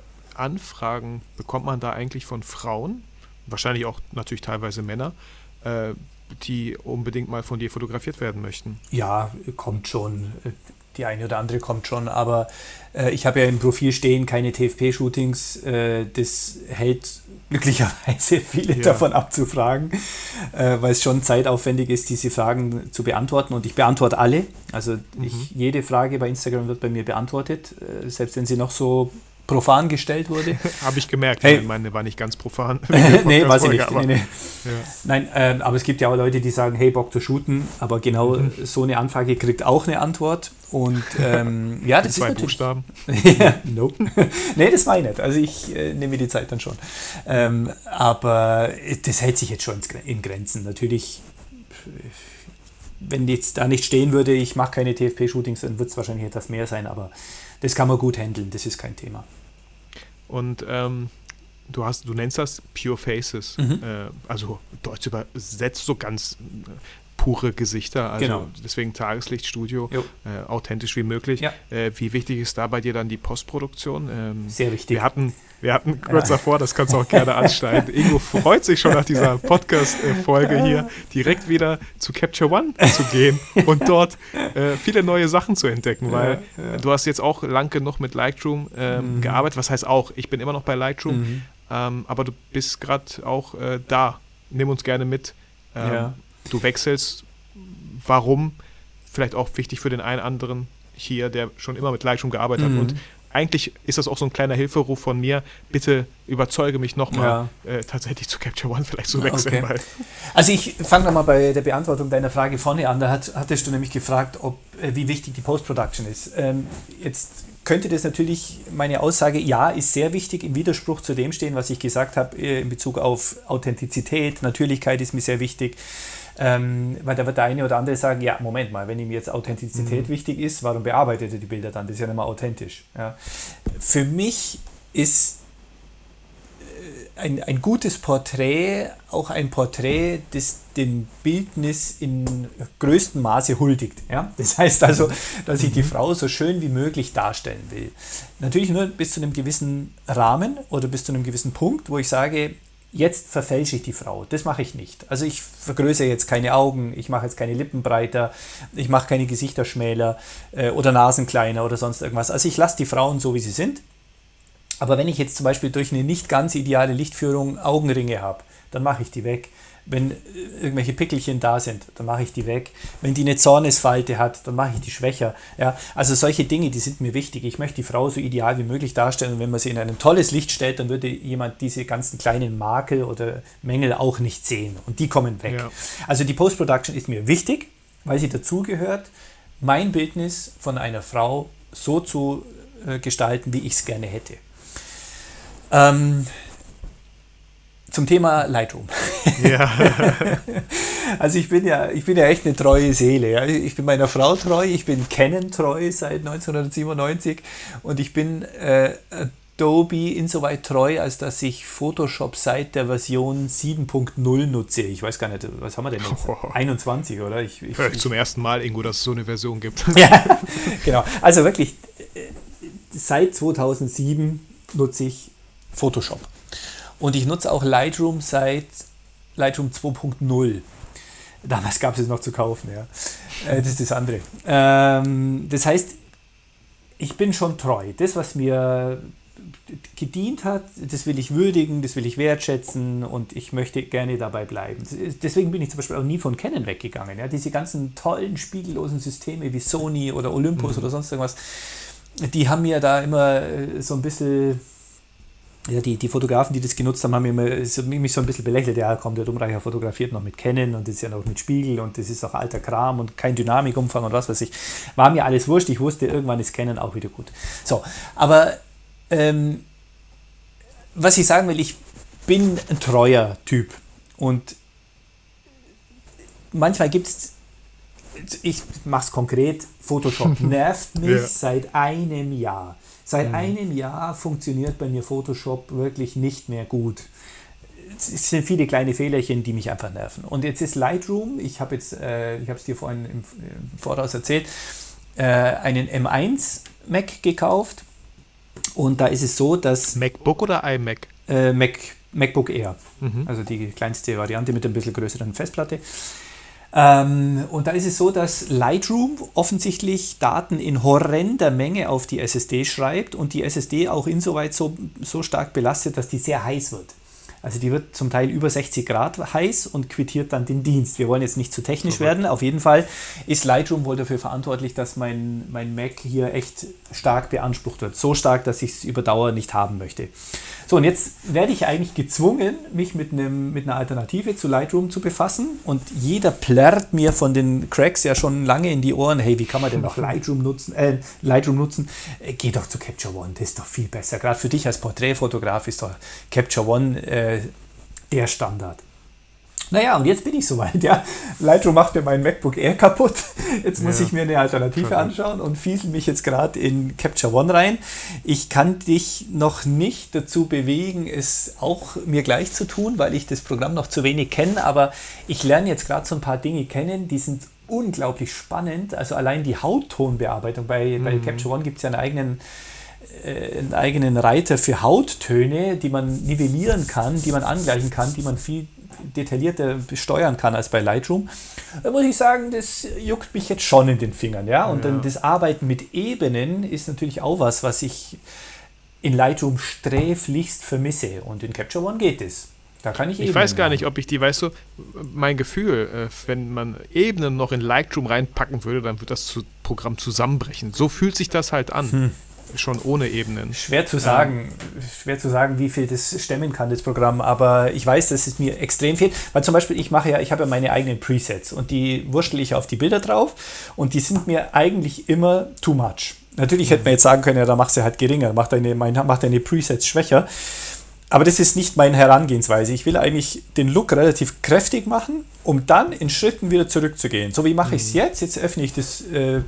Anfragen bekommt man da eigentlich von Frauen? Wahrscheinlich auch natürlich teilweise Männer, die unbedingt mal von dir fotografiert werden möchten? Ja, kommt schon. Die eine oder andere kommt schon, aber ich habe ja im Profil stehen, keine TFP-Shootings. Das hält glücklicherweise viele davon abzufragen, weil es schon zeitaufwendig ist, diese Fragen zu beantworten. Und ich beantworte alle. Also jede Frage bei Instagram wird bei mir beantwortet, selbst wenn sie noch so profan gestellt wurde. Habe ich gemerkt, hey. meine war nicht ganz profan. Nee, weiß ich nicht. Aber, nee. Ja. Nein, aber es gibt ja auch Leute, die sagen, hey, Bock zu shooten, aber genau so eine Anfrage kriegt auch eine Antwort. Und ja, das ist natürlich... Buchstaben? Nope. Nee, das war ich nicht. Also ich nehme die Zeit dann schon. Aber das hält sich jetzt schon in Grenzen. Natürlich, wenn jetzt da nicht stehen würde, ich mache keine TFP-Shootings, dann wird es wahrscheinlich etwas mehr sein, aber das kann man gut handeln, das ist kein Thema. Und du nennst das Pure Faces, also deutsch übersetzt so ganz pure Gesichter, also genau. Deswegen Tageslichtstudio, authentisch wie möglich. Ja. Wie wichtig ist da bei dir dann die Postproduktion? Sehr wichtig. Wir hatten kurz davor, das kannst du auch gerne anschneiden. Ingo freut sich schon nach dieser Podcast-Folge hier, direkt wieder zu Capture One zu gehen und dort viele neue Sachen zu entdecken, weil du hast jetzt auch lang genug mit Lightroom gearbeitet. Was heißt auch, ich bin immer noch bei Lightroom, aber du bist gerade auch da. Nimm uns gerne mit. Du wechselst. Warum? Vielleicht auch wichtig für den einen anderen hier, der schon immer mit Lightroom gearbeitet hat. Und eigentlich ist das auch so ein kleiner Hilferuf von mir. Bitte überzeuge mich nochmal, tatsächlich zu Capture One vielleicht zu wechseln. Okay. Also ich fange nochmal bei der Beantwortung deiner Frage vorne an. Da hattest du nämlich gefragt, wie wichtig die Post-Production ist. Jetzt könnte das natürlich, meine Aussage, ja, ist sehr wichtig, im Widerspruch zu dem stehen, was ich gesagt habe in Bezug auf Authentizität. Natürlichkeit ist mir sehr wichtig. Weil da wird der eine oder andere sagen, ja, Moment mal, wenn ihm jetzt Authentizität wichtig ist, warum bearbeitet er die Bilder dann? Das ist ja nicht mehr authentisch. Ja. Für mich ist ein gutes Porträt auch ein Porträt, das dem Bildnis in größtem Maße huldigt. Ja? Das heißt also, dass ich die Frau so schön wie möglich darstellen will. Natürlich nur bis zu einem gewissen Rahmen oder bis zu einem gewissen Punkt, wo ich sage, jetzt verfälsche ich die Frau. Das mache ich nicht. Also ich vergrößere jetzt keine Augen, ich mache jetzt keine Lippen breiter, ich mache keine Gesichter schmäler oder Nasen kleiner oder sonst irgendwas. Also ich lasse die Frauen so, wie sie sind. Aber wenn ich jetzt zum Beispiel durch eine nicht ganz ideale Lichtführung Augenringe habe, dann mache ich die weg. Wenn irgendwelche Pickelchen da sind, dann mache ich die weg. Wenn die eine Zornesfalte hat, dann mache ich die schwächer. Ja, also solche Dinge, die sind mir wichtig. Ich möchte die Frau so ideal wie möglich darstellen. Und wenn man sie in ein tolles Licht stellt, dann würde jemand diese ganzen kleinen Makel oder Mängel auch nicht sehen. Und die kommen weg. Ja. Also die Post-Production ist mir wichtig, weil sie dazugehört, mein Bildnis von einer Frau so zu gestalten, wie ich es gerne hätte. Zum Thema Lightroom. Ja. Also ich bin ja echt eine treue Seele. Ja. Ich bin meiner Frau treu, ich bin Canon treu seit 1997 und ich bin Adobe insoweit treu, als dass ich Photoshop seit der Version 7.0 nutze. Ich weiß gar nicht, was haben wir denn jetzt? 21, oder? Ich zum ersten Mal, Ingo, dass es so eine Version gibt. Ja, genau. Also wirklich, seit 2007 nutze ich Photoshop. Und ich nutze auch Lightroom seit Lightroom 2.0. Damals gab es es noch zu kaufen, ja. Das ist das andere. Das heißt, ich bin schon treu. Das, was mir gedient hat, das will ich würdigen, das will ich wertschätzen und ich möchte gerne dabei bleiben. Deswegen bin ich zum Beispiel auch nie von Canon weggegangen. Ja. Diese ganzen tollen, spiegellosen Systeme wie Sony oder Olympus oder sonst irgendwas, die haben mir da immer so ein bisschen... Ja, die Fotografen, die das genutzt haben, haben mich so ein bisschen belächelt. Ja, komm, der Dummreicher fotografiert noch mit Canon und das ist ja noch mit Spiegel und das ist auch alter Kram und kein Dynamikumfang und was weiß ich. War mir alles wurscht. Ich wusste, irgendwann ist Canon auch wieder gut. So, aber was ich sagen will, ich bin ein treuer Typ und manchmal gibt es, ich mache es konkret, Photoshop nervt mich seit einem Jahr. Seit einem Jahr funktioniert bei mir Photoshop wirklich nicht mehr gut. Es sind viele kleine Fehlerchen, die mich einfach nerven. Und jetzt ist Lightroom, ich habe es dir vorhin im Voraus erzählt, einen M1 Mac gekauft. Und da ist es so, dass... MacBook oder iMac? MacBook Air, also die kleinste Variante mit ein bisschen größeren Festplatte. Und da ist es so, dass Lightroom offensichtlich Daten in horrender Menge auf die SSD schreibt und die SSD auch insoweit so stark belastet, dass die sehr heiß wird. Also die wird zum Teil über 60 Grad heiß und quittiert dann den Dienst. Wir wollen jetzt nicht zu technisch werden. Auf jeden Fall ist Lightroom wohl dafür verantwortlich, dass mein Mac hier echt stark beansprucht wird. So stark, dass ich es über Dauer nicht haben möchte. So, und jetzt werde ich eigentlich gezwungen, mich mit einer Alternative zu Lightroom zu befassen. Und jeder plärrt mir von den Cracks ja schon lange in die Ohren, hey, wie kann man denn noch Lightroom nutzen? Geh doch zu Capture One, das ist doch viel besser. Gerade für dich als Porträtfotograf ist doch Capture One der Standard. Naja, und jetzt bin ich soweit, ja. Lightroom macht mir mein MacBook Air kaputt. Jetzt muss ich mir eine Alternative anschauen und fiesel mich jetzt gerade in Capture One rein. Ich kann dich noch nicht dazu bewegen, es auch mir gleich zu tun, weil ich das Programm noch zu wenig kenne, aber ich lerne jetzt gerade so ein paar Dinge kennen, die sind unglaublich spannend. Also allein die Hauttonbearbeitung. Bei Capture One gibt es ja einen eigenen Reiter für Hauttöne, die man nivellieren kann, die man angleichen kann, die man viel detaillierter steuern kann als bei Lightroom. Da muss ich sagen, das juckt mich jetzt schon in den Fingern. Ja? Und dann das Arbeiten mit Ebenen ist natürlich auch was ich in Lightroom sträflichst vermisse. Und in Capture One geht es. Da kann ich weiß gar nicht, ob ich die, weißt du, mein Gefühl, wenn man Ebenen noch in Lightroom reinpacken würde, dann wird das Programm zusammenbrechen. So fühlt sich das halt an. Schon ohne Ebenen. Schwer zu sagen, wie viel das stemmen kann, das Programm, aber ich weiß, dass es mir extrem fehlt, weil zum Beispiel ich habe ja meine eigenen Presets und die wurschtel ich auf die Bilder drauf und die sind mir eigentlich immer too much. Natürlich hätte man jetzt sagen können, ja, da machst du halt geringer, mach deine Presets schwächer, aber das ist nicht meine Herangehensweise. Ich will eigentlich den Look relativ kräftig machen, um dann in Schritten wieder zurückzugehen. So wie mache ich es jetzt? Jetzt öffne ich das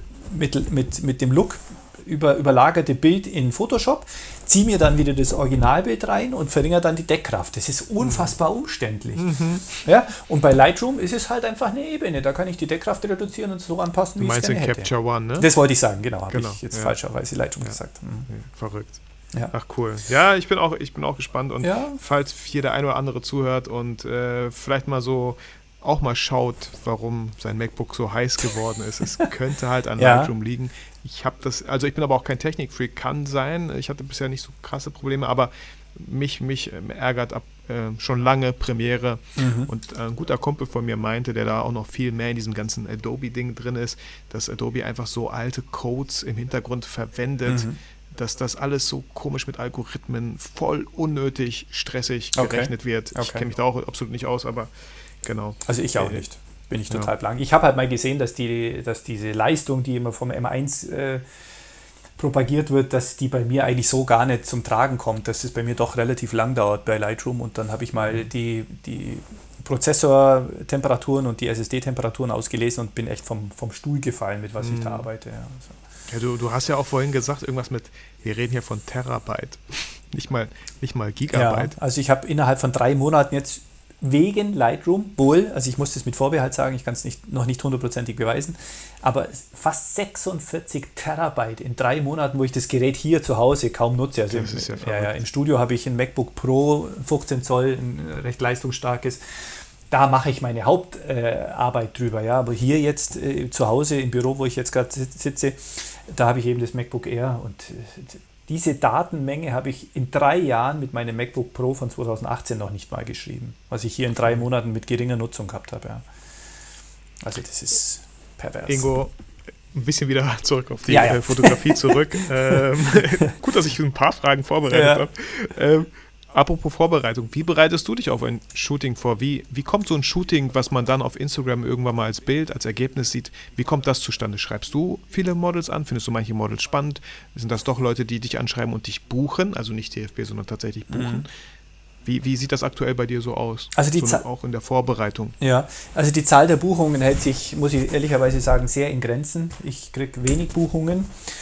mit dem Look überlagerte Bild in Photoshop, ziehe mir dann wieder das Originalbild rein und verringere dann die Deckkraft. Das ist unfassbar umständlich. Ja? Und bei Lightroom ist es halt einfach eine Ebene. Da kann ich die Deckkraft reduzieren und so anpassen, wie ich es gerne hätte. Capture One, ne? Das wollte ich sagen, genau. Habe ich jetzt falscherweise Lightroom gesagt. Verrückt. Ja. Ach cool. Ja, ich bin auch gespannt und falls hier der ein oder andere zuhört und vielleicht mal so auch mal schaut, warum sein MacBook so heiß geworden ist. Es könnte halt an Lightroom liegen. Ich bin aber auch kein Technikfreak, kann sein. Ich hatte bisher nicht so krasse Probleme, aber mich ärgert schon lange Premiere. Und ein guter Kumpel von mir meinte, der da auch noch viel mehr in diesem ganzen Adobe-Ding drin ist, dass Adobe einfach so alte Codes im Hintergrund verwendet, dass das alles so komisch mit Algorithmen voll unnötig stressig gerechnet wird. Ich kenne mich da auch absolut nicht aus, aber genau. Also ich auch nicht. Bin ich total blank. Ich habe halt mal gesehen, dass diese Leistung, die immer vom M1 propagiert wird, dass die bei mir eigentlich so gar nicht zum Tragen kommt, dass es bei mir doch relativ lang dauert bei Lightroom und dann habe ich mal die Prozessortemperaturen und die SSD-Temperaturen ausgelesen und bin echt vom Stuhl gefallen, mit was ich da arbeite. Ja, also. Ja, du hast ja auch vorhin gesagt, irgendwas mit, wir reden hier von Terabyte, nicht mal Gigabyte. Ja, also ich habe innerhalb von 3 Monaten jetzt wegen Lightroom also ich muss das mit Vorbehalt sagen, ich kann es noch nicht hundertprozentig beweisen, aber fast 46 Terabyte in 3 Monaten, wo ich das Gerät hier zu Hause kaum nutze. Also das ist ja im Studio habe ich ein MacBook Pro, 15 Zoll, ein recht leistungsstarkes. Da mache ich meine Hauptarbeit drüber, ja. Aber hier jetzt zu Hause im Büro, wo ich jetzt gerade sitze, da habe ich eben das MacBook Air und diese Datenmenge habe ich in 3 Jahren mit meinem MacBook Pro von 2018 noch nicht mal geschrieben, was ich hier in 3 Monaten mit geringer Nutzung gehabt habe. Ja. Also das ist pervers. Ingo, ein bisschen wieder zurück auf die Fotografie zurück. Gut, dass ich ein paar Fragen vorbereitet habe. Apropos Vorbereitung, wie bereitest du dich auf ein Shooting vor? Wie kommt so ein Shooting, was man dann auf Instagram irgendwann mal als Bild, als Ergebnis sieht, wie kommt das zustande? Schreibst du viele Models an? Findest du manche Models spannend? Sind das doch Leute, die dich anschreiben und dich buchen? Also nicht TFB, sondern tatsächlich buchen. Wie sieht das aktuell bei dir so aus? Also auch in der Vorbereitung. Ja, also die Zahl der Buchungen hält sich, muss ich ehrlicherweise sagen, sehr in Grenzen. Ich kriege wenig Buchungen.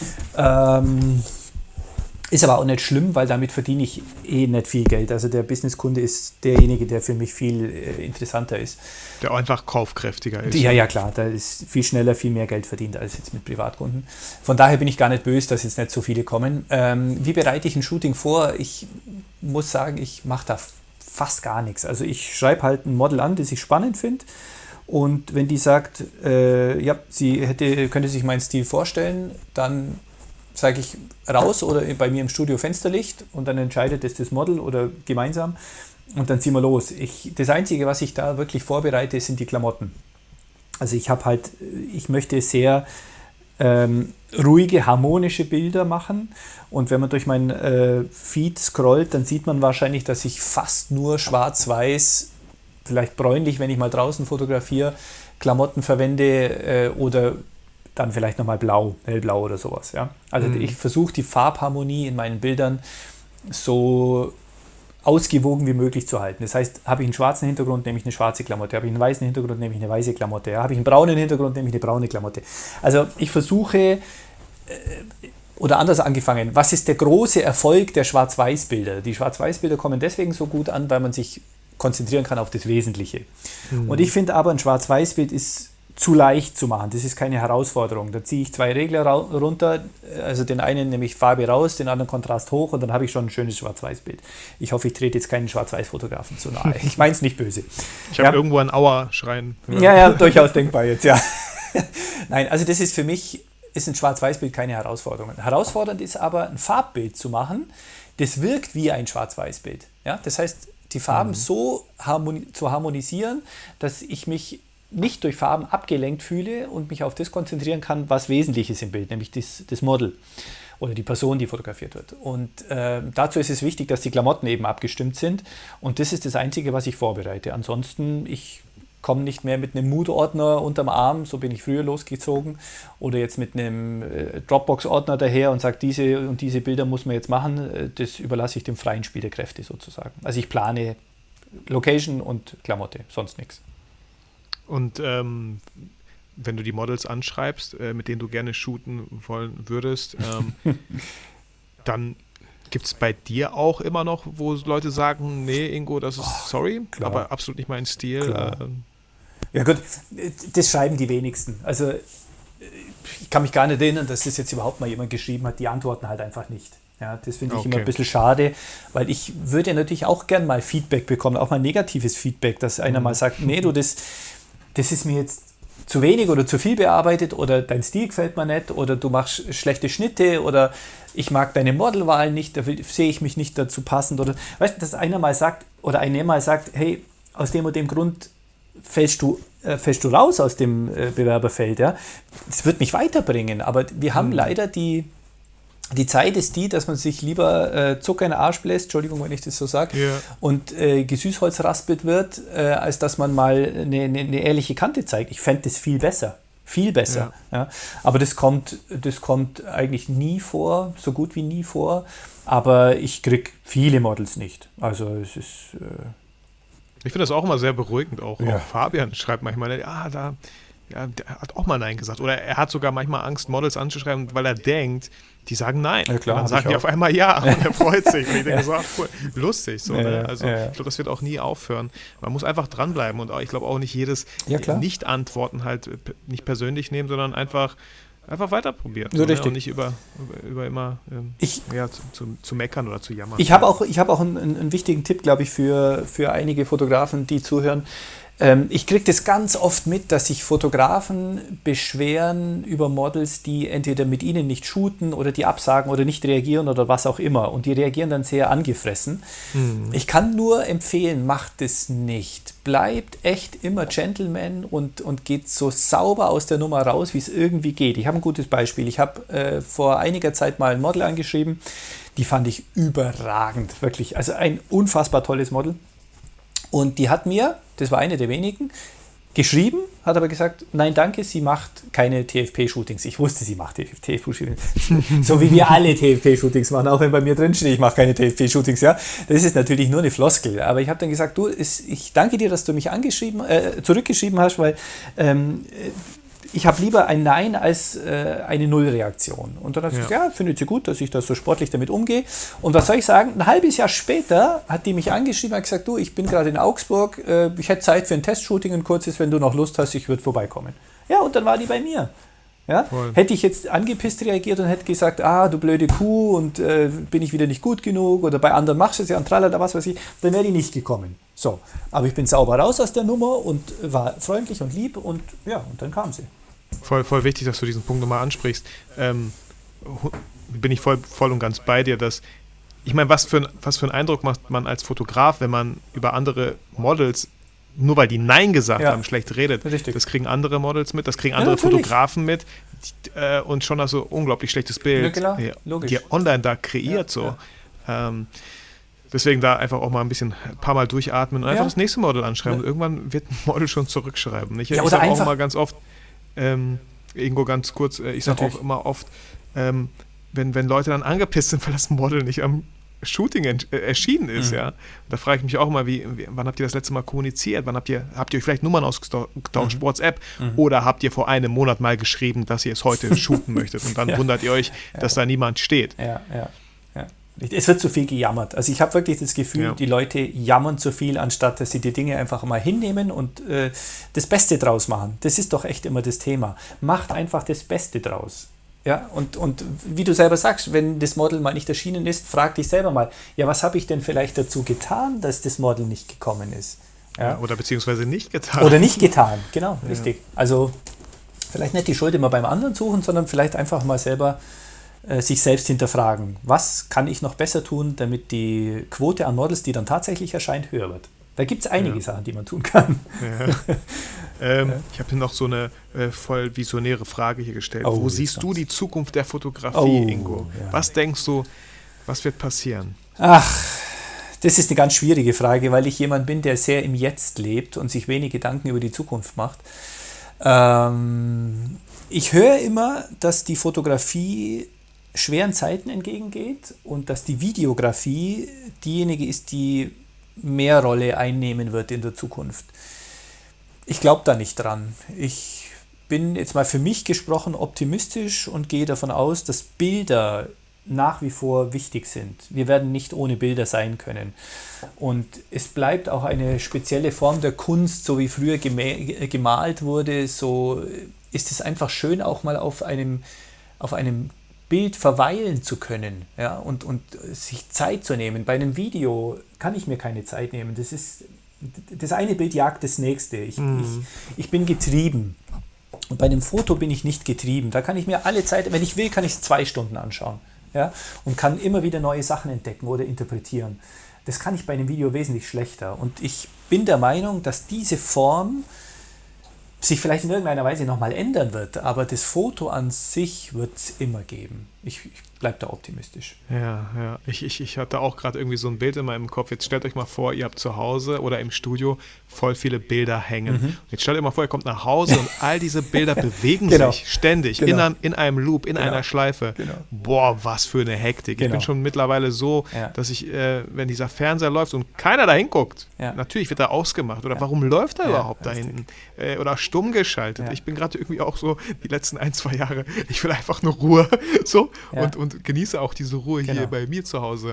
Ist aber auch nicht schlimm, weil damit verdiene ich nicht viel Geld. Also der Businesskunde ist derjenige, der für mich viel interessanter ist. Der auch einfach kaufkräftiger ist. Ja, klar. Da ist viel schneller, viel mehr Geld verdient als jetzt mit Privatkunden. Von daher bin ich gar nicht böse, dass jetzt nicht so viele kommen. Wie bereite ich ein Shooting vor? Ich muss sagen, ich mache da fast gar nichts. Also ich schreibe halt ein Model an, das ich spannend finde. Und wenn die sagt, ja, sie könnte sich meinen Stil vorstellen, dann sage ich raus oder bei mir im Studio Fensterlicht und dann entscheidet es das Model oder gemeinsam und dann ziehen wir los. Das Einzige, was ich da wirklich vorbereite, sind die Klamotten. Also ich möchte sehr ruhige, harmonische Bilder machen und wenn man durch meinen Feed scrollt, dann sieht man wahrscheinlich, dass ich fast nur schwarz-weiß, vielleicht bräunlich, wenn ich mal draußen fotografiere, Klamotten verwende oder dann vielleicht nochmal blau, hellblau oder sowas. Ja? Also ich versuche die Farbharmonie in meinen Bildern so ausgewogen wie möglich zu halten. Das heißt, habe ich einen schwarzen Hintergrund, nehme ich eine schwarze Klamotte. Habe ich einen weißen Hintergrund, nehme ich eine weiße Klamotte. Ja? Habe ich einen braunen Hintergrund, nehme ich eine braune Klamotte. Also ich versuche, oder anders angefangen, was ist der große Erfolg der Schwarz-Weiß-Bilder? Die Schwarz-Weiß-Bilder kommen deswegen so gut an, weil man sich konzentrieren kann auf das Wesentliche. Und ich finde aber, ein Schwarz-Weiß-Bild ist zu leicht zu machen. Das ist keine Herausforderung. Da ziehe ich 2 Regler runter, also den einen nehme ich Farbe raus, den anderen Kontrast hoch und dann habe ich schon ein schönes Schwarz-Weiß-Bild. Ich hoffe, ich trete jetzt keinen Schwarz-Weiß-Fotografen zu nahe. Ich meine es nicht böse. Ich habe irgendwo einen Auer schreien. Ja, durchaus denkbar jetzt, ja. Nein, also das ist für mich, ist ein Schwarz-Weiß-Bild keine Herausforderung. Herausfordernd ist aber, ein Farbbild zu machen, das wirkt wie ein Schwarz-Weiß-Bild. Ja? Das heißt, die Farben so zu harmonisieren, dass ich mich nicht durch Farben abgelenkt fühle und mich auf das konzentrieren kann, was wesentlich ist im Bild, nämlich das Model oder die Person, die fotografiert wird. Und dazu ist es wichtig, dass die Klamotten eben abgestimmt sind und das ist das Einzige, was ich vorbereite. Ansonsten, ich komme nicht mehr mit einem Mood-Ordner unterm Arm, so bin ich früher losgezogen, oder jetzt mit einem Dropbox-Ordner daher und sage, diese und diese Bilder muss man jetzt machen, das überlasse ich dem freien Spiel der Kräfte sozusagen. Also ich plane Location und Klamotte, sonst nichts. Und wenn du die Models anschreibst, mit denen du gerne shooten wollen würdest, dann gibt es bei dir auch immer noch, wo Leute sagen, nee, Ingo, das ist sorry, klar, aber absolut nicht mein Stil. Ja gut, das schreiben die wenigsten. Also ich kann mich gar nicht erinnern, dass das jetzt überhaupt mal jemand geschrieben hat, die antworten halt einfach nicht. Ja, das finde ich immer ein bisschen schade, weil ich würde natürlich auch gern mal Feedback bekommen, auch mal negatives Feedback, dass einer mal sagt, nee, du, das ist mir jetzt zu wenig oder zu viel bearbeitet oder dein Stil gefällt mir nicht oder du machst schlechte Schnitte oder ich mag deine Modelwahl nicht, da sehe ich mich nicht dazu passend oder weißt du, dass einer mal sagt oder einer mal sagt, hey, aus dem und dem Grund fällst du raus aus dem Bewerberfeld, ja, das wird mich weiterbringen, aber wir haben leider die Zeit ist die, dass man sich lieber Zucker in den Arsch bläst, Entschuldigung, wenn ich das so sage, und Gesüßholz raspelt wird, als dass man mal eine ehrliche Kante zeigt. Ich fände das viel besser. Viel besser. Ja. Ja. Aber das kommt eigentlich nie vor, so gut wie nie vor. Aber ich kriege viele Models nicht. Also es ist... Ich finde das auch immer sehr beruhigend. Auch Fabian schreibt manchmal, der hat auch mal Nein gesagt. Oder er hat sogar manchmal Angst, Models anzuschreiben, weil er denkt, die sagen Nein. Ja, klar, und dann sagen die auf einmal Ja und er freut sich. Und ich denke so, ach cool, lustig. So, ne? Also ich glaube, das wird auch nie aufhören. Man muss einfach dranbleiben und ich glaube auch nicht jedes Nicht-Antworten halt nicht persönlich nehmen, sondern einfach weiter probieren. So, ne? Und nicht über immer zu meckern oder zu jammern. Ich habe auch einen wichtigen Tipp, glaube ich, für einige Fotografen, die zuhören. Ich kriege das ganz oft mit, dass sich Fotografen beschweren über Models, die entweder mit ihnen nicht shooten oder die absagen oder nicht reagieren oder was auch immer. Und die reagieren dann sehr angefressen. Ich kann nur empfehlen, macht es nicht. Bleibt echt immer Gentleman und geht so sauber aus der Nummer raus, wie es irgendwie geht. Ich habe ein gutes Beispiel. Ich habe vor einiger Zeit mal ein Model angeschrieben. Die fand ich überragend, wirklich. Also ein unfassbar tolles Model. Und die hat mir, das war eine der wenigen, geschrieben, hat aber gesagt, nein, danke, sie macht keine TFP-Shootings. Ich wusste, sie macht TFP-Shootings. So wie wir alle TFP-Shootings machen, auch wenn bei mir drin steht, ich mache keine TFP-Shootings. Ja? Das ist natürlich nur eine Floskel. Aber ich habe dann gesagt, du, ich danke dir, dass du mich zurückgeschrieben hast, weil ich habe lieber ein Nein als eine Nullreaktion. Und dann hat sie gesagt, findet sie gut, dass ich da so sportlich damit umgehe. Und was soll ich sagen? Ein halbes Jahr später hat die mich angeschrieben und hat gesagt, du, ich bin gerade in Augsburg, ich hätte Zeit für ein Testshooting, ein kurzes, wenn du noch Lust hast, ich würde vorbeikommen. Ja, und dann war die bei mir. Ja? Voll. Hätte ich jetzt angepisst reagiert und hätte gesagt, du blöde Kuh und bin ich wieder nicht gut genug oder bei anderen machst du es ja und tralala, was weiß ich, dann wäre die nicht gekommen. So, aber ich bin sauber raus aus der Nummer und war freundlich und lieb und und dann kam sie. Voll wichtig, dass du diesen Punkt nochmal ansprichst. Bin ich voll und ganz bei dir, dass ich meine, was für einen Eindruck macht man als Fotograf, wenn man über andere Models, nur weil die Nein gesagt haben, schlecht redet. Richtig. Das kriegen andere Models mit, das kriegen andere Fotografen mit und schon das so unglaublich schlechtes Bild, die online da kreiert so. Deswegen da einfach auch mal ein paar Mal durchatmen und einfach das nächste Model anschreiben. Und irgendwann wird ein Model schon zurückschreiben. Ich sage auch mal ganz oft, Ingo, ganz kurz, ich sage auch immer oft, wenn Leute dann angepisst sind, weil das Model nicht am Shooting erschienen ist, Da frage ich mich auch immer, wann habt ihr das letzte Mal kommuniziert? Wann habt ihr euch vielleicht Nummern ausgetauscht, WhatsApp, oder habt ihr vor einem Monat mal geschrieben, dass ihr es heute shooten möchtet und dann wundert ihr euch, dass da niemand steht. Ja. Es wird zu viel gejammert. Also ich habe wirklich das Gefühl, die Leute jammern zu viel, anstatt dass sie die Dinge einfach mal hinnehmen und das Beste draus machen. Das ist doch echt immer das Thema. Macht einfach das Beste draus. Ja, und wie du selber sagst, wenn das Model mal nicht erschienen ist, frag dich selber mal, was habe ich denn vielleicht dazu getan, dass das Model nicht gekommen ist? Ja? Oder beziehungsweise nicht getan. Oder nicht getan, genau, richtig. Also vielleicht nicht die Schuld immer beim anderen suchen, sondern vielleicht einfach mal selber sich selbst hinterfragen. Was kann ich noch besser tun, damit die Quote an Models, die dann tatsächlich erscheint, höher wird? Da gibt es einige Sachen, die man tun kann. Ich habe hier noch so eine voll visionäre Frage hier gestellt. Wo siehst du die Zukunft der Fotografie, Ingo? Ja. Was denkst du, was wird passieren? Ach, das ist eine ganz schwierige Frage, weil ich jemand bin, der sehr im Jetzt lebt und sich wenig Gedanken über die Zukunft macht. Ich höre immer, dass die Fotografie schweren Zeiten entgegengeht und dass die Videografie diejenige ist, die mehr Rolle einnehmen wird in der Zukunft. Ich glaube da nicht dran. Ich bin jetzt mal für mich gesprochen optimistisch und gehe davon aus, dass Bilder nach wie vor wichtig sind. Wir werden nicht ohne Bilder sein können. Und es bleibt auch eine spezielle Form der Kunst, so wie früher gemalt wurde, so ist es einfach schön, auch mal auf einem Bild verweilen zu können, und sich Zeit zu nehmen. Bei einem Video kann ich mir keine Zeit nehmen. Das eine Bild jagt das nächste. Ich bin getrieben. Und bei einem Foto bin ich nicht getrieben. Da kann ich mir alle Zeit, wenn ich will, kann ich es 2 Stunden anschauen. Und kann immer wieder neue Sachen entdecken oder interpretieren. Das kann ich bei einem Video wesentlich schlechter. Und ich bin der Meinung, dass diese Form sich vielleicht in irgendeiner Weise nochmal ändern wird, aber das Foto an sich wird es immer geben. Ich bleibe da optimistisch. Ja. Ich hatte auch gerade irgendwie so ein Bild in meinem Kopf. Jetzt stellt euch mal vor, ihr habt zu Hause oder im Studio voll viele Bilder hängen. Und jetzt stellt euch mal vor, ihr kommt nach Hause und all diese Bilder bewegen sich ständig in einem Loop, in einer Schleife. Boah, was für eine Hektik. Ich bin schon mittlerweile so, dass ich, wenn dieser Fernseher läuft und keiner da hinguckt, natürlich wird er ausgemacht. Oder warum läuft er überhaupt da hinten? Oder stumm geschaltet. Ich bin gerade irgendwie auch so, die letzten 1-2 Jahre, ich will einfach nur Ruhe. So. Und genieße auch diese Ruhe hier bei mir zu Hause.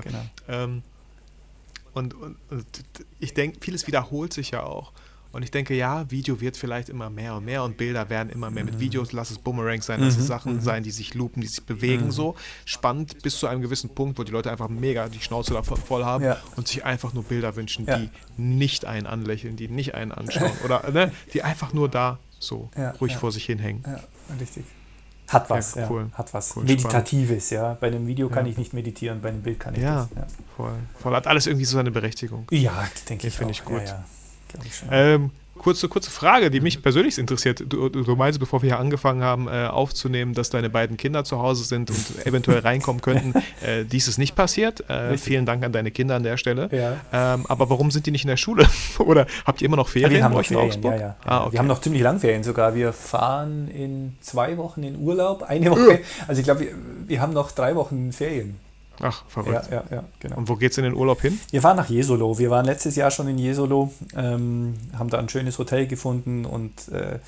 Und ich denke, vieles wiederholt sich ja auch. Und ich denke, Video wird vielleicht immer mehr und mehr und Bilder werden immer mehr. Mit Videos, lass es Boomerangs sein, lass es Sachen sein, die sich loopen, die sich bewegen, so. Spannend bis zu einem gewissen Punkt, wo die Leute einfach mega die Schnauze davon voll haben und sich einfach nur Bilder wünschen, die nicht einen anlächeln, die nicht einen anschauen oder die einfach nur da so ruhig vor sich hinhängen. Ja, richtig. Hat was, cool. Hat was. Cool, Meditatives, Bei einem Video kann ich nicht meditieren, bei einem Bild kann ich das. Ja, voll. Hat alles irgendwie so seine Berechtigung. Ja, denke ich. Finde ich gut. Kurze Frage, die mich persönlich interessiert. Du meinst, bevor wir hier angefangen haben aufzunehmen, dass deine beiden Kinder zu Hause sind und eventuell reinkommen könnten. Dies ist nicht passiert. Vielen Dank an deine Kinder an der Stelle. Aber warum sind die nicht in der Schule? Oder habt ihr immer noch Ferien bei euch in Augsburg? Okay. Wir haben noch ziemlich lang Ferien sogar. Wir fahren in 2 Wochen in Urlaub, eine Woche. Also ich glaube, wir haben noch 3 Wochen Ferien. Ach, verrückt. Ja, genau. Und wo geht's in den Urlaub hin? Wir fahren nach Jesolo. Wir waren letztes Jahr schon in Jesolo, haben da ein schönes Hotel gefunden und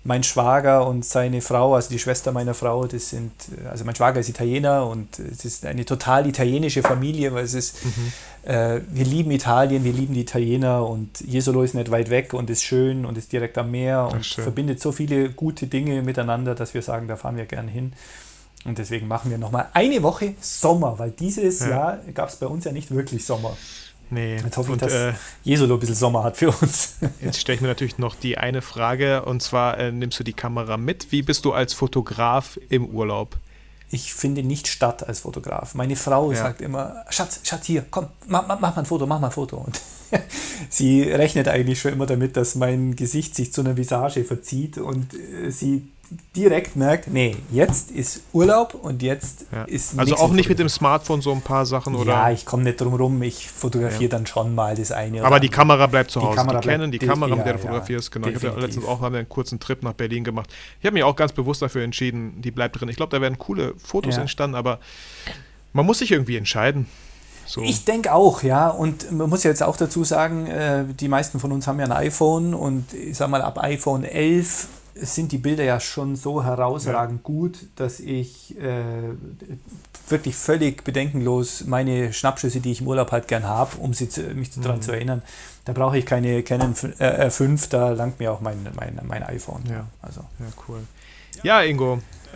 mein Schwager und seine Frau, also die Schwester meiner Frau, also mein Schwager ist Italiener und es ist eine total italienische Familie, weil es ist, wir lieben Italien, wir lieben die Italiener und Jesolo ist nicht weit weg und ist schön und ist direkt am Meer und verbindet so viele gute Dinge miteinander, dass wir sagen, da fahren wir gern hin. Und deswegen machen wir nochmal eine Woche Sommer, weil dieses Jahr gab es bei uns ja nicht wirklich Sommer. Nee. Jetzt hoffe ich, dass Jesolo ein bisschen Sommer hat für uns. Jetzt stelle ich mir natürlich noch die eine Frage, und zwar nimmst du die Kamera mit? Wie bist du als Fotograf im Urlaub? Ich finde nicht statt als Fotograf. Meine Frau sagt immer, Schatz, hier, komm, mach mal ein Foto. Und sie rechnet eigentlich schon immer damit, dass mein Gesicht sich zu einer Visage verzieht und sie direkt merkt, nee, jetzt ist Urlaub und jetzt ist also auch nicht mit dem Smartphone so ein paar Sachen, oder? Ja, ich komme nicht drum rum, ich fotografiere dann schon mal das eine. Aber die Kamera bleibt zu Hause. Die Kamera, mit der du fotografierst, genau. Ich habe ja letztens auch einen kurzen Trip nach Berlin gemacht. Ich habe mich auch ganz bewusst dafür entschieden, die bleibt drin. Ich glaube, da werden coole Fotos entstanden, aber man muss sich irgendwie entscheiden. So. Ich denke auch, ja. Und man muss jetzt auch dazu sagen, die meisten von uns haben ja ein iPhone und ich sag mal, ab iPhone 11 sind die Bilder ja schon so herausragend gut, dass ich wirklich völlig bedenkenlos meine Schnappschüsse, die ich im Urlaub halt gern habe, um mich daran zu erinnern, da brauche ich keine Canon R5, da langt mir auch mein iPhone. Ja. Also. Ja, cool. Ja, Ingo,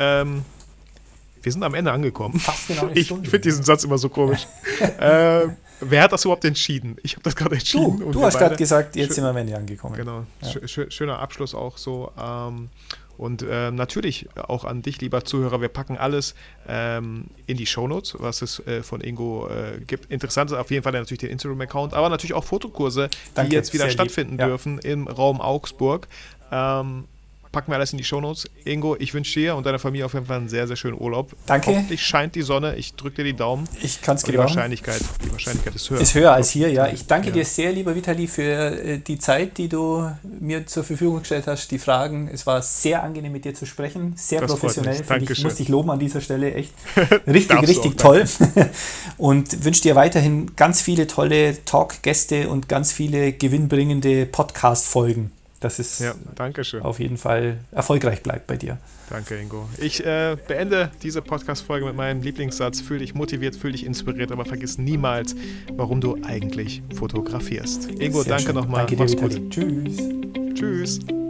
wir sind am Ende angekommen. Fast genau eine Ich Stunde. finde diesen Satz immer so komisch. Wer hat das überhaupt entschieden? Ich habe das gerade entschieden. Du hast gerade gesagt, jetzt sind wir am Ende angekommen. Genau, ja. Schöner Abschluss auch so. Und natürlich auch an dich, lieber Zuhörer, wir packen alles in die Shownotes, was es von Ingo gibt. Interessant ist auf jeden Fall natürlich den Instagram-Account, aber natürlich auch Fotokurse, die jetzt wieder stattfinden dürfen im Raum Augsburg. Packen wir alles in die Shownotes. Ingo, ich wünsche dir und deiner Familie auf jeden Fall einen sehr, sehr schönen Urlaub. Danke. Hoffentlich scheint die Sonne. Ich drücke dir die Daumen. Ich kann es Die Wahrscheinlichkeit ist höher. Ist höher als hier, ja. Ich danke dir sehr, lieber Vitali, für die Zeit, die du mir zur Verfügung gestellt hast, die Fragen. Es war sehr angenehm, mit dir zu sprechen. Sehr das professionell. Ich muss dich loben an dieser Stelle. Echt richtig toll. Und wünsche dir weiterhin ganz viele tolle Talk-Gäste und ganz viele gewinnbringende Podcast-Folgen. Dass es auf jeden Fall erfolgreich bleibt bei dir. Danke, Ingo. Ich beende diese Podcast-Folge mit meinem Lieblingssatz: Fühl dich motiviert, fühl dich inspiriert, aber vergiss niemals, warum du eigentlich fotografierst. Ingo, danke nochmal. Danke dir, Vitali. Tschüss. Tschüss.